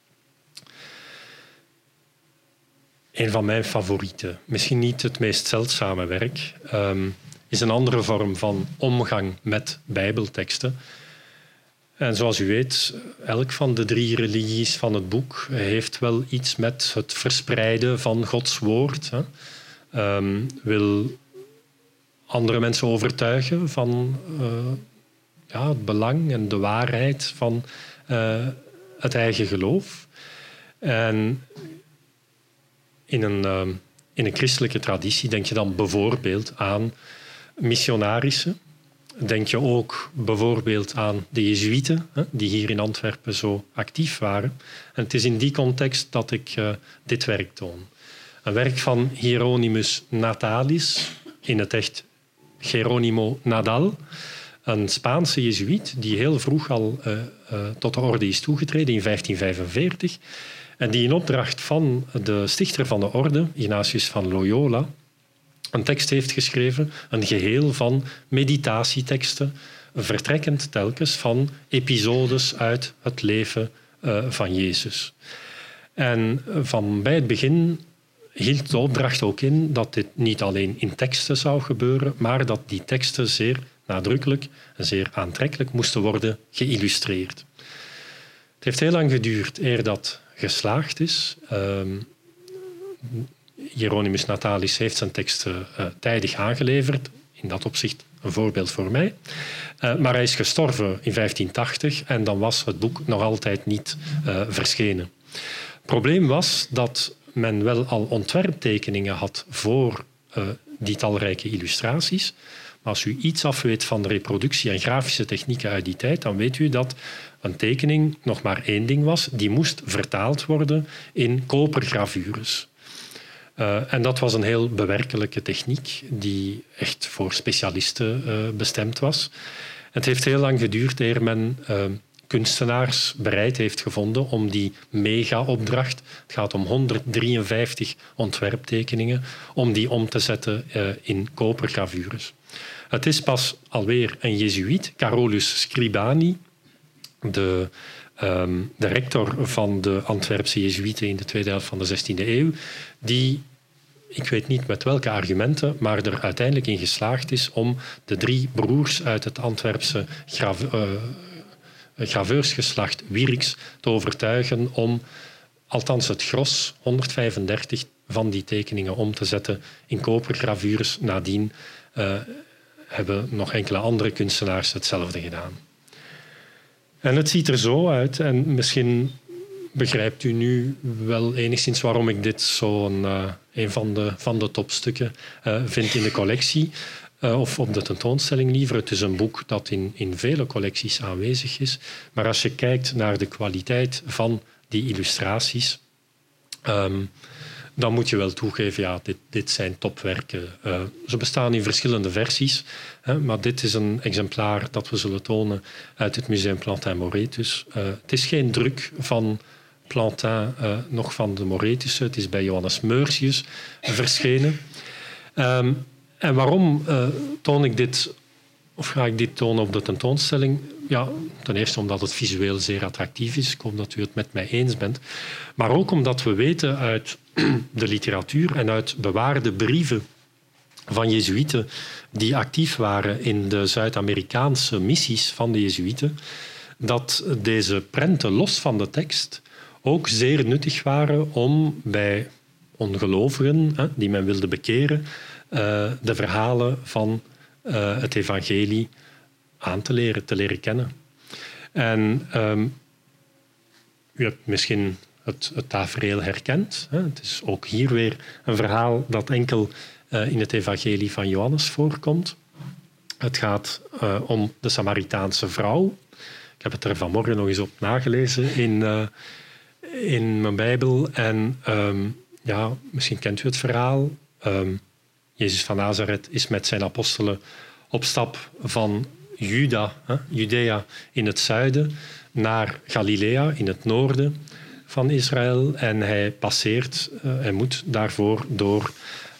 S3: Een van mijn favorieten, misschien niet het meest zeldzame werk, is een andere vorm van omgang met bijbelteksten. En zoals u weet, elk van de 3 religies van het boek heeft wel iets met het verspreiden van Gods woord. Wil andere mensen overtuigen van het belang en de waarheid van het eigen geloof. En in een christelijke traditie denk je dan bijvoorbeeld aan missionarissen. Denk je ook bijvoorbeeld aan de Jezuïeten, die hier in Antwerpen zo actief waren. En het is in die context dat ik dit werk toon. Een werk van Hieronymus Natalis, in het echt Geronimo Nadal, een Spaanse Jezuïet die heel vroeg al tot de orde is toegetreden in 1545 en die in opdracht van de stichter van de orde, Ignatius van Loyola, een tekst heeft geschreven, een geheel van meditatieteksten, vertrekkend telkens van episodes uit het leven van Jezus. En van bij het begin hield de opdracht ook in dat dit niet alleen in teksten zou gebeuren, maar dat die teksten zeer nadrukkelijk en zeer aantrekkelijk moesten worden geïllustreerd. Het heeft heel lang geduurd eer dat geslaagd is. Hieronymus Natalis heeft zijn teksten tijdig aangeleverd. in dat opzicht een voorbeeld voor mij. Maar hij is gestorven in 1580 en dan was het boek nog altijd niet verschenen. Het probleem was dat men wel al ontwerptekeningen had voor die talrijke illustraties. Maar als u iets afweet van de reproductie en grafische technieken uit die tijd, dan weet u dat een tekening nog maar één ding was. Die moest vertaald worden in kopergravures. En dat was een heel bewerkelijke techniek die echt voor specialisten bestemd was. Het heeft heel lang geduurd eer men kunstenaars bereid heeft gevonden om die mega-opdracht, het gaat om 153 ontwerptekeningen, om die om te zetten in kopergravures. Het is pas alweer een Jezuïet, Carolus Scribani, de rector van de Antwerpse Jezuïeten in de tweede helft van de 16e eeuw, die, ik weet niet met welke argumenten, maar er uiteindelijk in geslaagd is om de 3 broers uit het Antwerpse graveursgeslacht Wierix te overtuigen om althans het gros, 135 van die tekeningen, om te zetten in kopergravures. Nadien hebben nog enkele andere kunstenaars hetzelfde gedaan. En het ziet er zo uit, en misschien begrijpt u nu wel enigszins waarom ik dit zo'n een van de topstukken vind in de collectie. Of op de tentoonstelling liever. Het is een boek dat in vele collecties aanwezig is. Maar als je kijkt naar de kwaliteit van die illustraties, dan moet je wel toegeven, ja, dit zijn topwerken. Ze bestaan in verschillende versies, maar dit is een exemplaar dat we zullen tonen uit het Museum Plantin-Moretus. Het is geen druk van Plantin, nog van de Moretussen. Het is bij Johannes Meursius verschenen. En waarom toon ik dit, of ga ik dit tonen op de tentoonstelling? Ja, ten eerste omdat het visueel zeer attractief is. Ik hoop dat u het met mij eens bent. Maar ook omdat we weten uit de literatuur en uit bewaarde brieven van Jezuïeten die actief waren in de Zuid-Amerikaanse missies van de Jezuïeten, dat deze prenten, los van de tekst, ook zeer nuttig waren om bij ongelovigen die men wilde bekeren, de verhalen van het evangelie aan te leren kennen. En u hebt misschien het tafereel herkend. Het is ook hier weer een verhaal dat enkel in het evangelie van Johannes voorkomt. Het gaat om de Samaritaanse vrouw. Ik heb het er vanmorgen nog eens op nagelezen in mijn Bijbel. En ja, misschien kent u het verhaal. Jezus van Nazareth is met zijn apostelen op stap van Judea in het zuiden naar Galilea in het noorden van Israël. En hij passeert, hij moet daarvoor door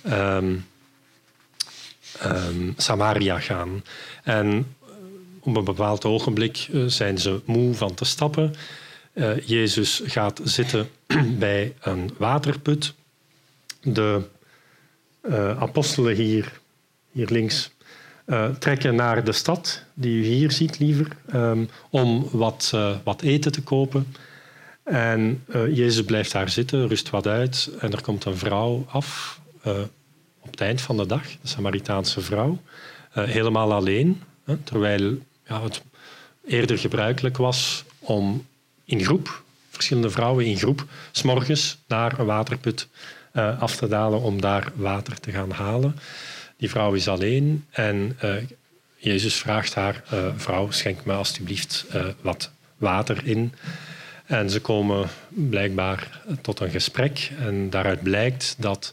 S3: Samaria gaan. En op een bepaald ogenblik zijn ze moe van te stappen. Jezus gaat zitten bij een waterput. De apostelen hier links trekken naar de stad, die u hier ziet liever, om wat eten te kopen. En Jezus blijft daar zitten, rust wat uit. En er komt een vrouw af op het eind van de dag, de Samaritaanse vrouw, helemaal alleen. Terwijl het eerder gebruikelijk was om in groep, verschillende vrouwen in groep, 's morgens naar een waterput af te dalen om daar water te gaan halen. Die vrouw is alleen en Jezus vraagt haar, vrouw, schenk me alstublieft wat water in. En ze komen blijkbaar tot een gesprek en daaruit blijkt dat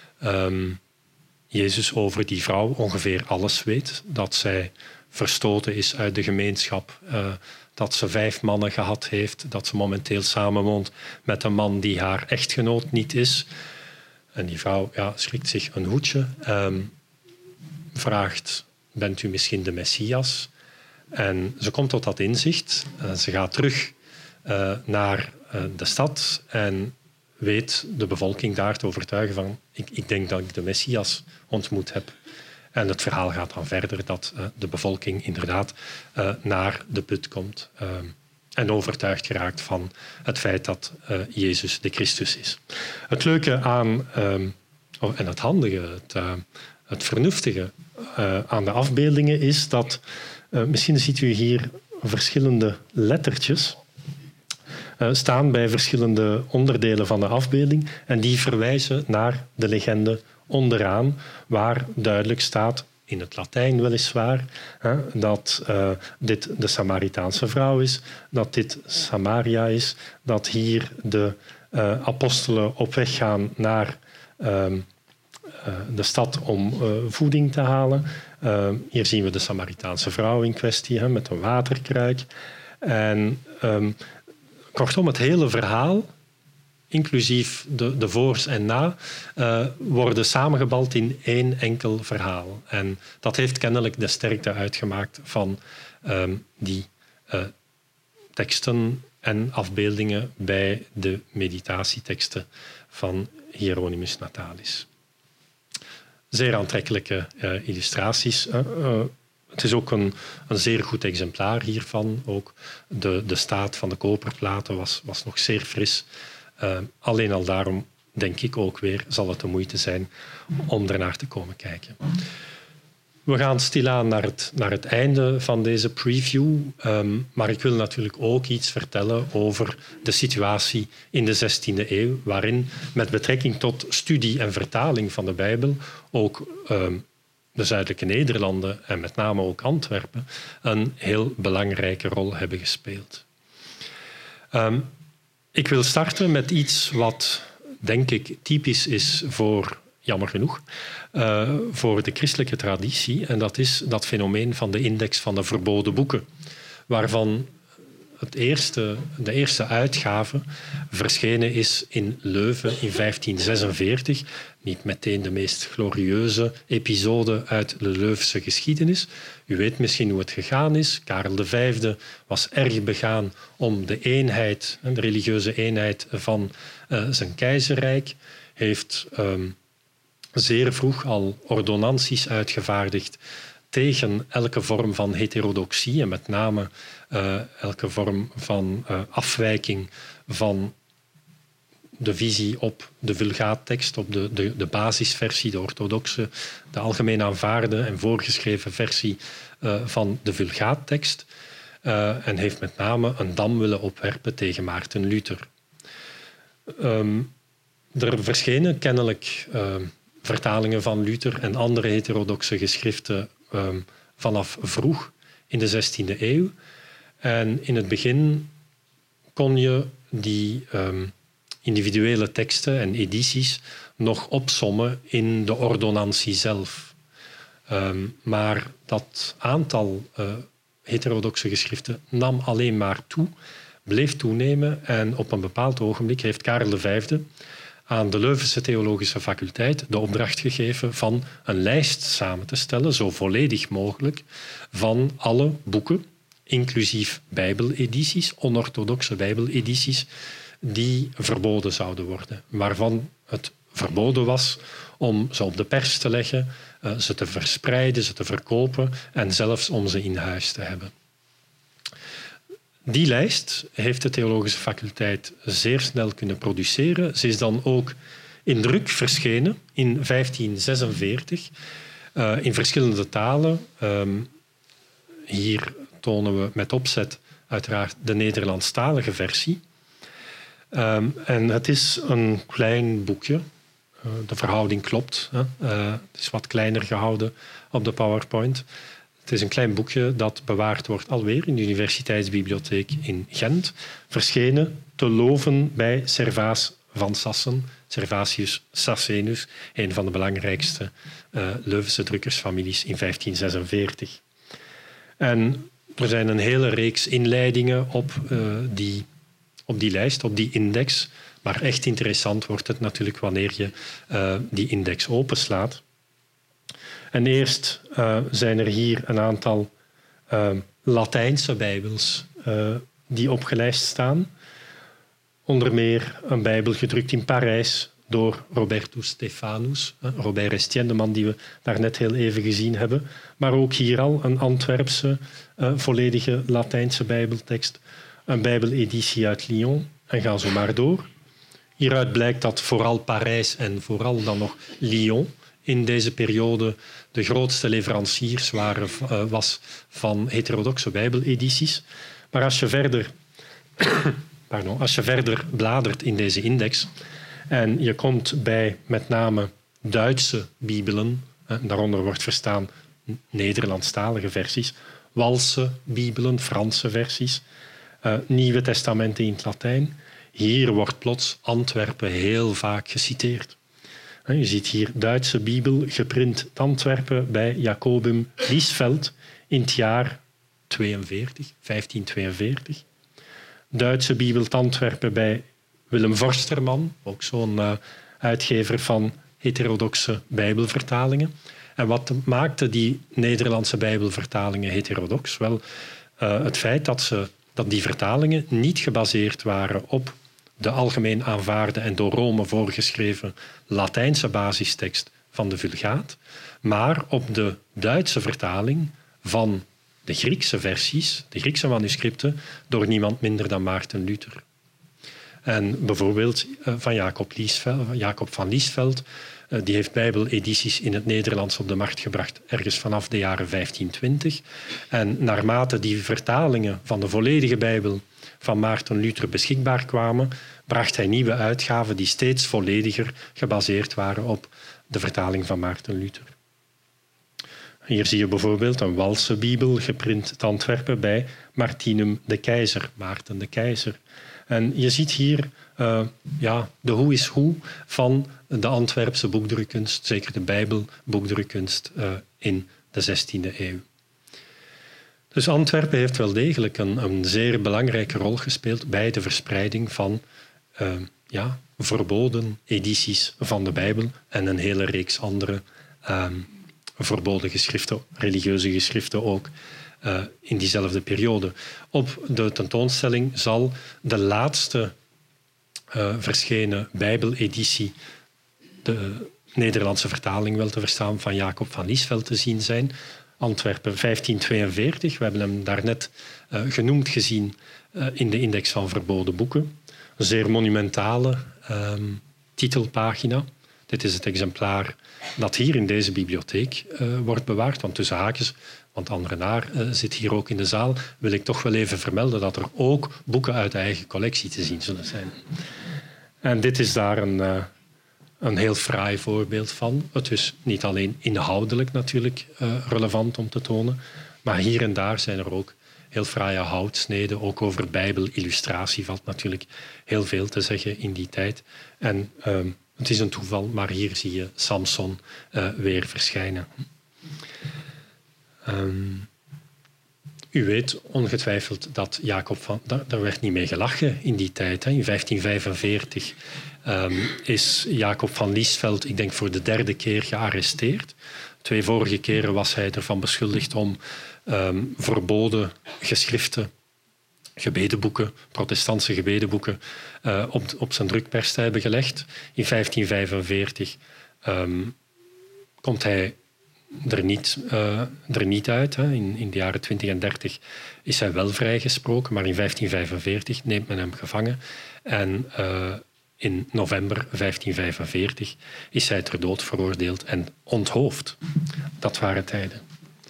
S3: Jezus over die vrouw ongeveer alles weet. Dat zij verstoten is uit de gemeenschap, dat ze 5 mannen gehad heeft, dat ze momenteel samenwoont met een man die haar echtgenoot niet is. En die vrouw schrikt zich een hoedje, vraagt, bent u misschien de Messias? En ze komt tot dat inzicht. Ze gaat terug naar de stad en weet de bevolking daar te overtuigen van ik denk dat ik de Messias ontmoet heb. En het verhaal gaat dan verder dat de bevolking inderdaad naar de put komt en overtuigd geraakt van het feit dat Jezus de Christus is. Het leuke aan, en het handige, het vernuftige aan de afbeeldingen is dat... misschien ziet u hier verschillende lettertjes staan bij verschillende onderdelen van de afbeelding en die verwijzen naar de legende onderaan, waar duidelijk staat, in het Latijn weliswaar, dat dit de Samaritaanse vrouw is, dat dit Samaria is, dat hier de apostelen op weg gaan naar de stad om voeding te halen. Hier zien we de Samaritaanse vrouw in kwestie met een waterkruik. En kortom, het hele verhaal, inclusief de voor's en na, worden samengebald in één enkel verhaal. En dat heeft kennelijk de sterkte uitgemaakt van die teksten en afbeeldingen bij de meditatieteksten van Hieronymus Natalis. Zeer aantrekkelijke illustraties. Het is ook een zeer goed exemplaar hiervan. Ook de staat van de koperplaten was nog zeer fris. Alleen al daarom, denk ik ook weer, zal het de moeite zijn om ernaar te komen kijken. We gaan stilaan naar het einde van deze preview. Maar ik wil natuurlijk ook iets vertellen over de situatie in de 16e eeuw, waarin met betrekking tot studie en vertaling van de Bijbel ook de zuidelijke Nederlanden en met name ook Antwerpen een heel belangrijke rol hebben gespeeld. Ik wil starten met iets wat, denk ik, typisch is voor, jammer genoeg, voor de christelijke traditie. En dat is dat fenomeen van de index van de verboden boeken, waarvan de eerste uitgave verschenen is in Leuven in 1546. Niet meteen de meest glorieuze episode uit de Leuvense geschiedenis. U weet misschien hoe het gegaan is. Karel V was erg begaan om de eenheid, de religieuze eenheid van zijn keizerrijk. Heeft zeer vroeg al ordonnanties uitgevaardigd tegen elke vorm van heterodoxie en met name elke vorm van afwijking van de visie op de Vulgaattekst, op de basisversie, de orthodoxe, de algemeen aanvaarde en voorgeschreven versie van de Vulgaattekst. En heeft met name een dam willen opwerpen tegen Maarten Luther. Er verschenen kennelijk vertalingen van Luther en andere heterodoxe geschriften vanaf vroeg in de 16e eeuw. En in het begin kon je die individuele teksten en edities nog opsommen in de ordonnantie zelf. Maar dat aantal heterodoxe geschriften nam alleen maar toe, bleef toenemen en op een bepaald ogenblik heeft Karel V aan de Leuvense Theologische Faculteit de opdracht gegeven van een lijst samen te stellen, zo volledig mogelijk, van alle boeken, inclusief bijbeledities, onorthodoxe bijbeledities, die verboden zouden worden. Waarvan het verboden was om ze op de pers te leggen, ze te verspreiden, ze te verkopen en zelfs om ze in huis te hebben. Die lijst heeft de Theologische Faculteit zeer snel kunnen produceren. Ze is dan ook in druk verschenen in 1546 in verschillende talen. Hier tonen we met opzet uiteraard de Nederlandstalige versie. En het is een klein boekje. De verhouding klopt. Het is wat kleiner gehouden op de PowerPoint. Het is een klein boekje dat bewaard wordt alweer in de Universiteitsbibliotheek in Gent. Verschenen te loven bij Servaas van Sassen, Servatius Sassenus, een van de belangrijkste Leuvense drukkersfamilies in 1546. En er zijn een hele reeks inleidingen op die lijst, op die index. Maar echt interessant wordt het natuurlijk wanneer je die index openslaat. En eerst zijn er hier een aantal Latijnse Bijbels die opgelijst staan. Onder meer een Bijbel gedrukt in Parijs door Robertus Stephanus. Robert Estienne, de man die we daarnet heel even gezien hebben. Maar ook hier al een Antwerpse volledige Latijnse Bijbeltekst. Een Bijbeleditie uit Lyon en ga zo maar door. Hieruit blijkt dat vooral Parijs en vooral dan nog Lyon in deze periode de grootste leveranciers was van heterodoxe bijbeledities. Maar als je verder bladert in deze index en je komt bij met name Duitse bibelen, daaronder wordt verstaan Nederlandstalige versies, Walse bibelen, Franse versies, Nieuwe Testamenten in het Latijn. Hier wordt plots Antwerpen heel vaak geciteerd. Je ziet hier Duitse bibel, geprint in Antwerpen bij Jacobum Liesveld in het jaar 1542. Duitse bibel te Antwerpen bij Willem Vorsterman, ook zo'n uitgever van heterodoxe bijbelvertalingen. En wat maakte die Nederlandse bijbelvertalingen heterodox? Wel, het feit dat die vertalingen niet gebaseerd waren op de algemeen aanvaarde en door Rome voorgeschreven Latijnse basistekst van de Vulgaat, maar op de Duitse vertaling van de Griekse versies, de Griekse manuscripten, door niemand minder dan Maarten Luther. En bijvoorbeeld van Jacob van Liesveld, die heeft bijbeledities in het Nederlands op de markt gebracht, ergens vanaf de jaren 1520. En naarmate die vertalingen van de volledige Bijbel van Maarten Luther beschikbaar kwamen, bracht hij nieuwe uitgaven die steeds vollediger gebaseerd waren op de vertaling van Maarten Luther. Hier zie je bijvoorbeeld een Walse Bijbel, geprint te Antwerpen bij Martinum de Keizer, Maarten de Keizer. En je ziet hier de hoe is hoe van de Antwerpse boekdrukkunst, zeker de Bijbelboekdrukkunst in de 16e eeuw. Dus Antwerpen heeft wel degelijk een zeer belangrijke rol gespeeld bij de verspreiding van verboden edities van de Bijbel en een hele reeks andere verboden geschriften, religieuze geschriften ook, in diezelfde periode. Op de tentoonstelling zal de laatste verschenen Bijbeleditie, de Nederlandse vertaling wel te verstaan, van Jacob van Liesveld te zien zijn. Antwerpen 1542, we hebben hem daarnet genoemd gezien in de index van verboden boeken. Een zeer monumentale titelpagina. Dit is het exemplaar dat hier in deze bibliotheek wordt bewaard, want tussen haakjes, want Anne Renard zit hier ook in de zaal, wil ik toch wel even vermelden dat er ook boeken uit de eigen collectie te zien zullen zijn. En dit is daar een heel fraai voorbeeld van. Het is niet alleen inhoudelijk natuurlijk relevant om te tonen, maar hier en daar zijn er ook heel fraaie houtsneden. Ook over bijbelillustratie valt natuurlijk heel veel te zeggen in die tijd. En het is een toeval, maar hier zie je Samson weer verschijnen. U weet ongetwijfeld dat daar werd niet mee gelachen in die tijd. Hè. In 1545 is Jacob van Liesveld, ik denk voor de 3e keer, gearresteerd. 2 vorige keren was hij ervan beschuldigd om verboden geschriften, gebedenboeken, protestantse gebedenboeken, op zijn drukpers te hebben gelegd. In 1545 komt hij er niet uit. Hè. In de jaren 20 en 30 is hij wel vrijgesproken, maar in 1545 neemt men hem gevangen. En in november 1545 is hij ter dood veroordeeld en onthoofd. Dat waren tijden.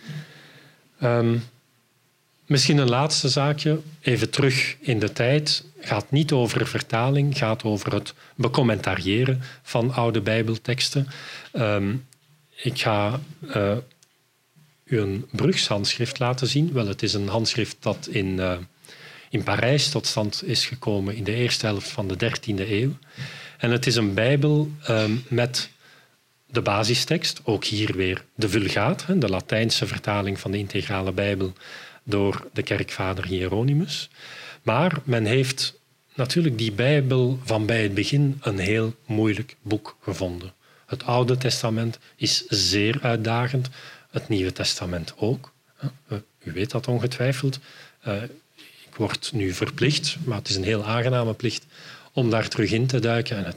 S3: Misschien een laatste zaakje, even terug in de tijd. Gaat niet over vertaling, gaat over het becommentariëren van oude Bijbelteksten. Ik ga u een Brugs handschrift laten zien. Wel, het is een handschrift dat in Parijs tot stand is gekomen in de eerste helft van de 13e eeuw. En het is een Bijbel met de basistekst, ook hier weer de Vulgaat, de Latijnse vertaling van de integrale Bijbel door de kerkvader Hieronymus. Maar men heeft natuurlijk die Bijbel van bij het begin een heel moeilijk boek gevonden. Het Oude Testament is zeer uitdagend, het Nieuwe Testament ook. U weet dat ongetwijfeld. Ik word nu verplicht, maar het is een heel aangename plicht om daar terug in te duiken. En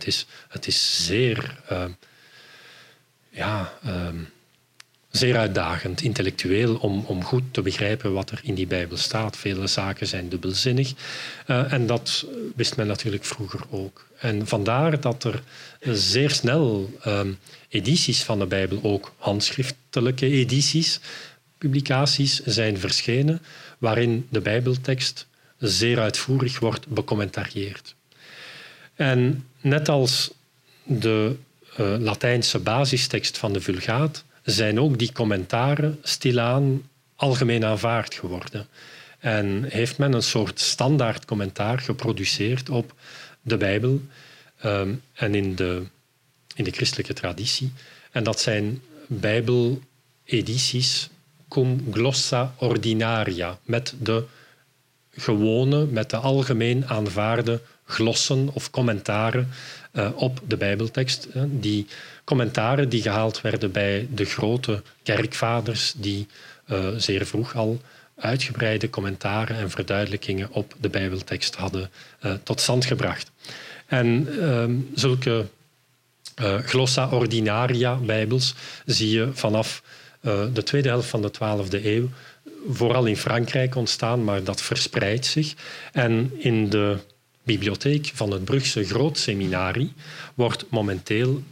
S3: zeer uitdagend, intellectueel, om goed te begrijpen wat er in die Bijbel staat. Vele zaken zijn dubbelzinnig. En dat wist men natuurlijk vroeger ook. En vandaar dat er zeer snel edities van de Bijbel, ook handschriftelijke edities, publicaties zijn verschenen, waarin de Bijbeltekst zeer uitvoerig wordt becommentarieerd. En net als de Latijnse basistekst van de Vulgaat zijn ook die commentaren stilaan algemeen aanvaard geworden. En heeft men een soort standaard commentaar geproduceerd op de Bijbel en in de christelijke traditie. En dat zijn Bijbeledities cum glossa ordinaria, met de gewone, met de algemeen aanvaarde glossen of commentaren op de Bijbeltekst. Die commentaren die gehaald werden bij de grote kerkvaders die zeer vroeg al uitgebreide commentaren en verduidelijkingen op de Bijbeltekst hadden tot stand gebracht. En zulke glossa ordinaria Bijbels zie je vanaf de tweede helft van de 12e eeuw vooral in Frankrijk ontstaan, maar dat verspreidt zich. En in de bibliotheek van het Brugse Grootseminarie wordt momenteel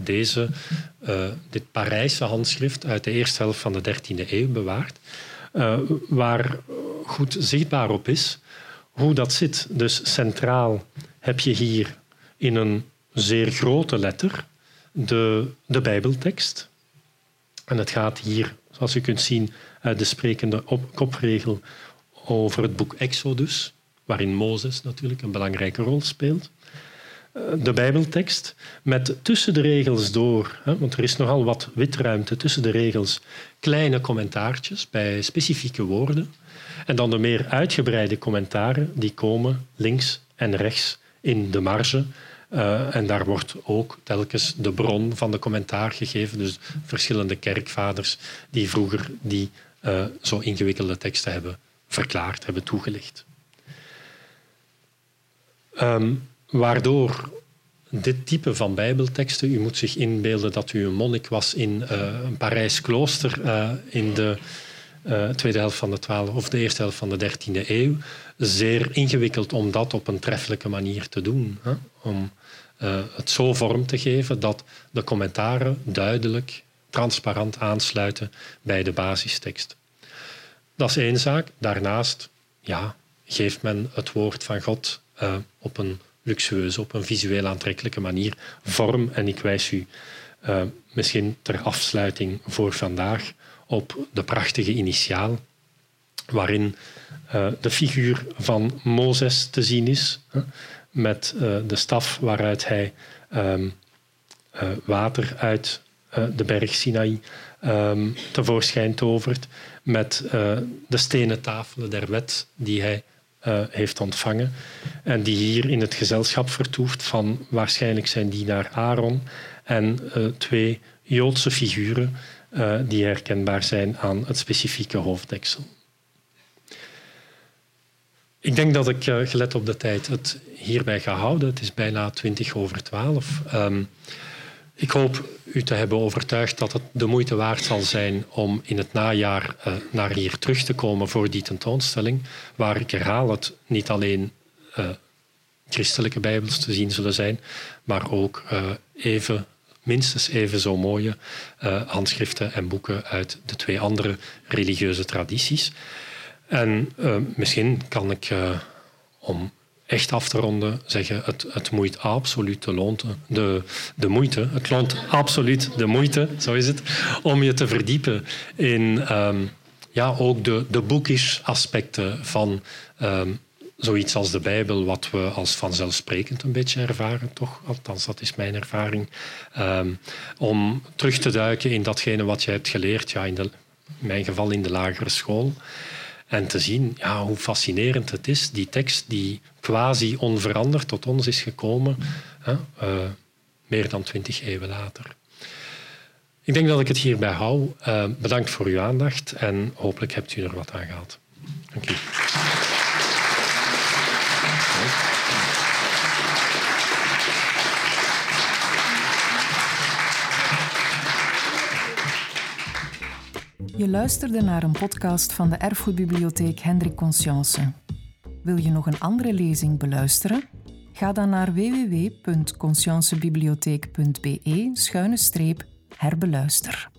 S3: dit Parijse handschrift uit de eerste helft van de 13e eeuw bewaard, waar goed zichtbaar op is hoe dat zit. Dus centraal heb je hier in een zeer grote letter de Bijbeltekst. En het gaat hier, zoals u kunt zien, uit de sprekende kopregel over het boek Exodus, waarin Mozes natuurlijk een belangrijke rol speelt. De Bijbeltekst met tussen de regels door, want er is nogal wat witruimte tussen de regels, kleine commentaartjes bij specifieke woorden. En dan de meer uitgebreide commentaren die komen links en rechts in de marge. En daar wordt ook telkens de bron van de commentaar gegeven. Dus verschillende kerkvaders die vroeger die zo ingewikkelde teksten hebben verklaard, hebben toegelicht. Waardoor dit type van bijbelteksten, u moet zich inbeelden dat u een monnik was in een Parijs klooster in de tweede helft van de 12e of de eerste helft van de 13e eeuw, zeer ingewikkeld om dat op een treffelijke manier te doen. Om het zo vorm te geven dat de commentaren duidelijk, transparant aansluiten bij de basistekst. Dat is één zaak. Daarnaast geeft men het woord van God op een luxueuze, op een visueel aantrekkelijke manier vorm. En ik wijs u misschien ter afsluiting voor vandaag op de prachtige initiaal, waarin de figuur van Mozes te zien is, met de staf waaruit hij water uit de berg Sinaï tevoorschijn tovert, met de stenen tafelen der wet die hij heeft ontvangen en die hier in het gezelschap vertoeft van waarschijnlijk zijn dienaar Aaron en twee Joodse figuren die herkenbaar zijn aan het specifieke hoofddeksel. Ik denk dat ik, gelet op de tijd, het hierbij ga houden. Het is bijna 11:20. Ik hoop u te hebben overtuigd dat het de moeite waard zal zijn om in het najaar naar hier terug te komen voor die tentoonstelling, waar, ik herhaal het, niet alleen christelijke bijbels te zien zullen zijn, maar ook minstens even zo mooie handschriften en boeken uit de twee andere religieuze tradities. En misschien kan ik, om echt af te ronden, zeggen, het loont absoluut de moeite. Het loont absoluut de moeite, zo is het, om je te verdiepen in ook de boekish aspecten van zoiets als de Bijbel, wat we als vanzelfsprekend een beetje ervaren, toch? Althans, dat is mijn ervaring. Om terug te duiken in datgene wat je hebt geleerd, in mijn geval in de lagere school. En te zien hoe fascinerend het is, die tekst die quasi onveranderd tot ons is gekomen, meer dan 20 eeuwen later. Ik denk dat ik het hierbij hou. Bedankt voor uw aandacht en hopelijk hebt u er wat aan gehad. Dank u.
S1: Je luisterde naar een podcast van de Erfgoedbibliotheek Hendrik Conscience. Wil je nog een andere lezing beluisteren? Ga dan naar www.consciencebibliotheek.be/herbeluister.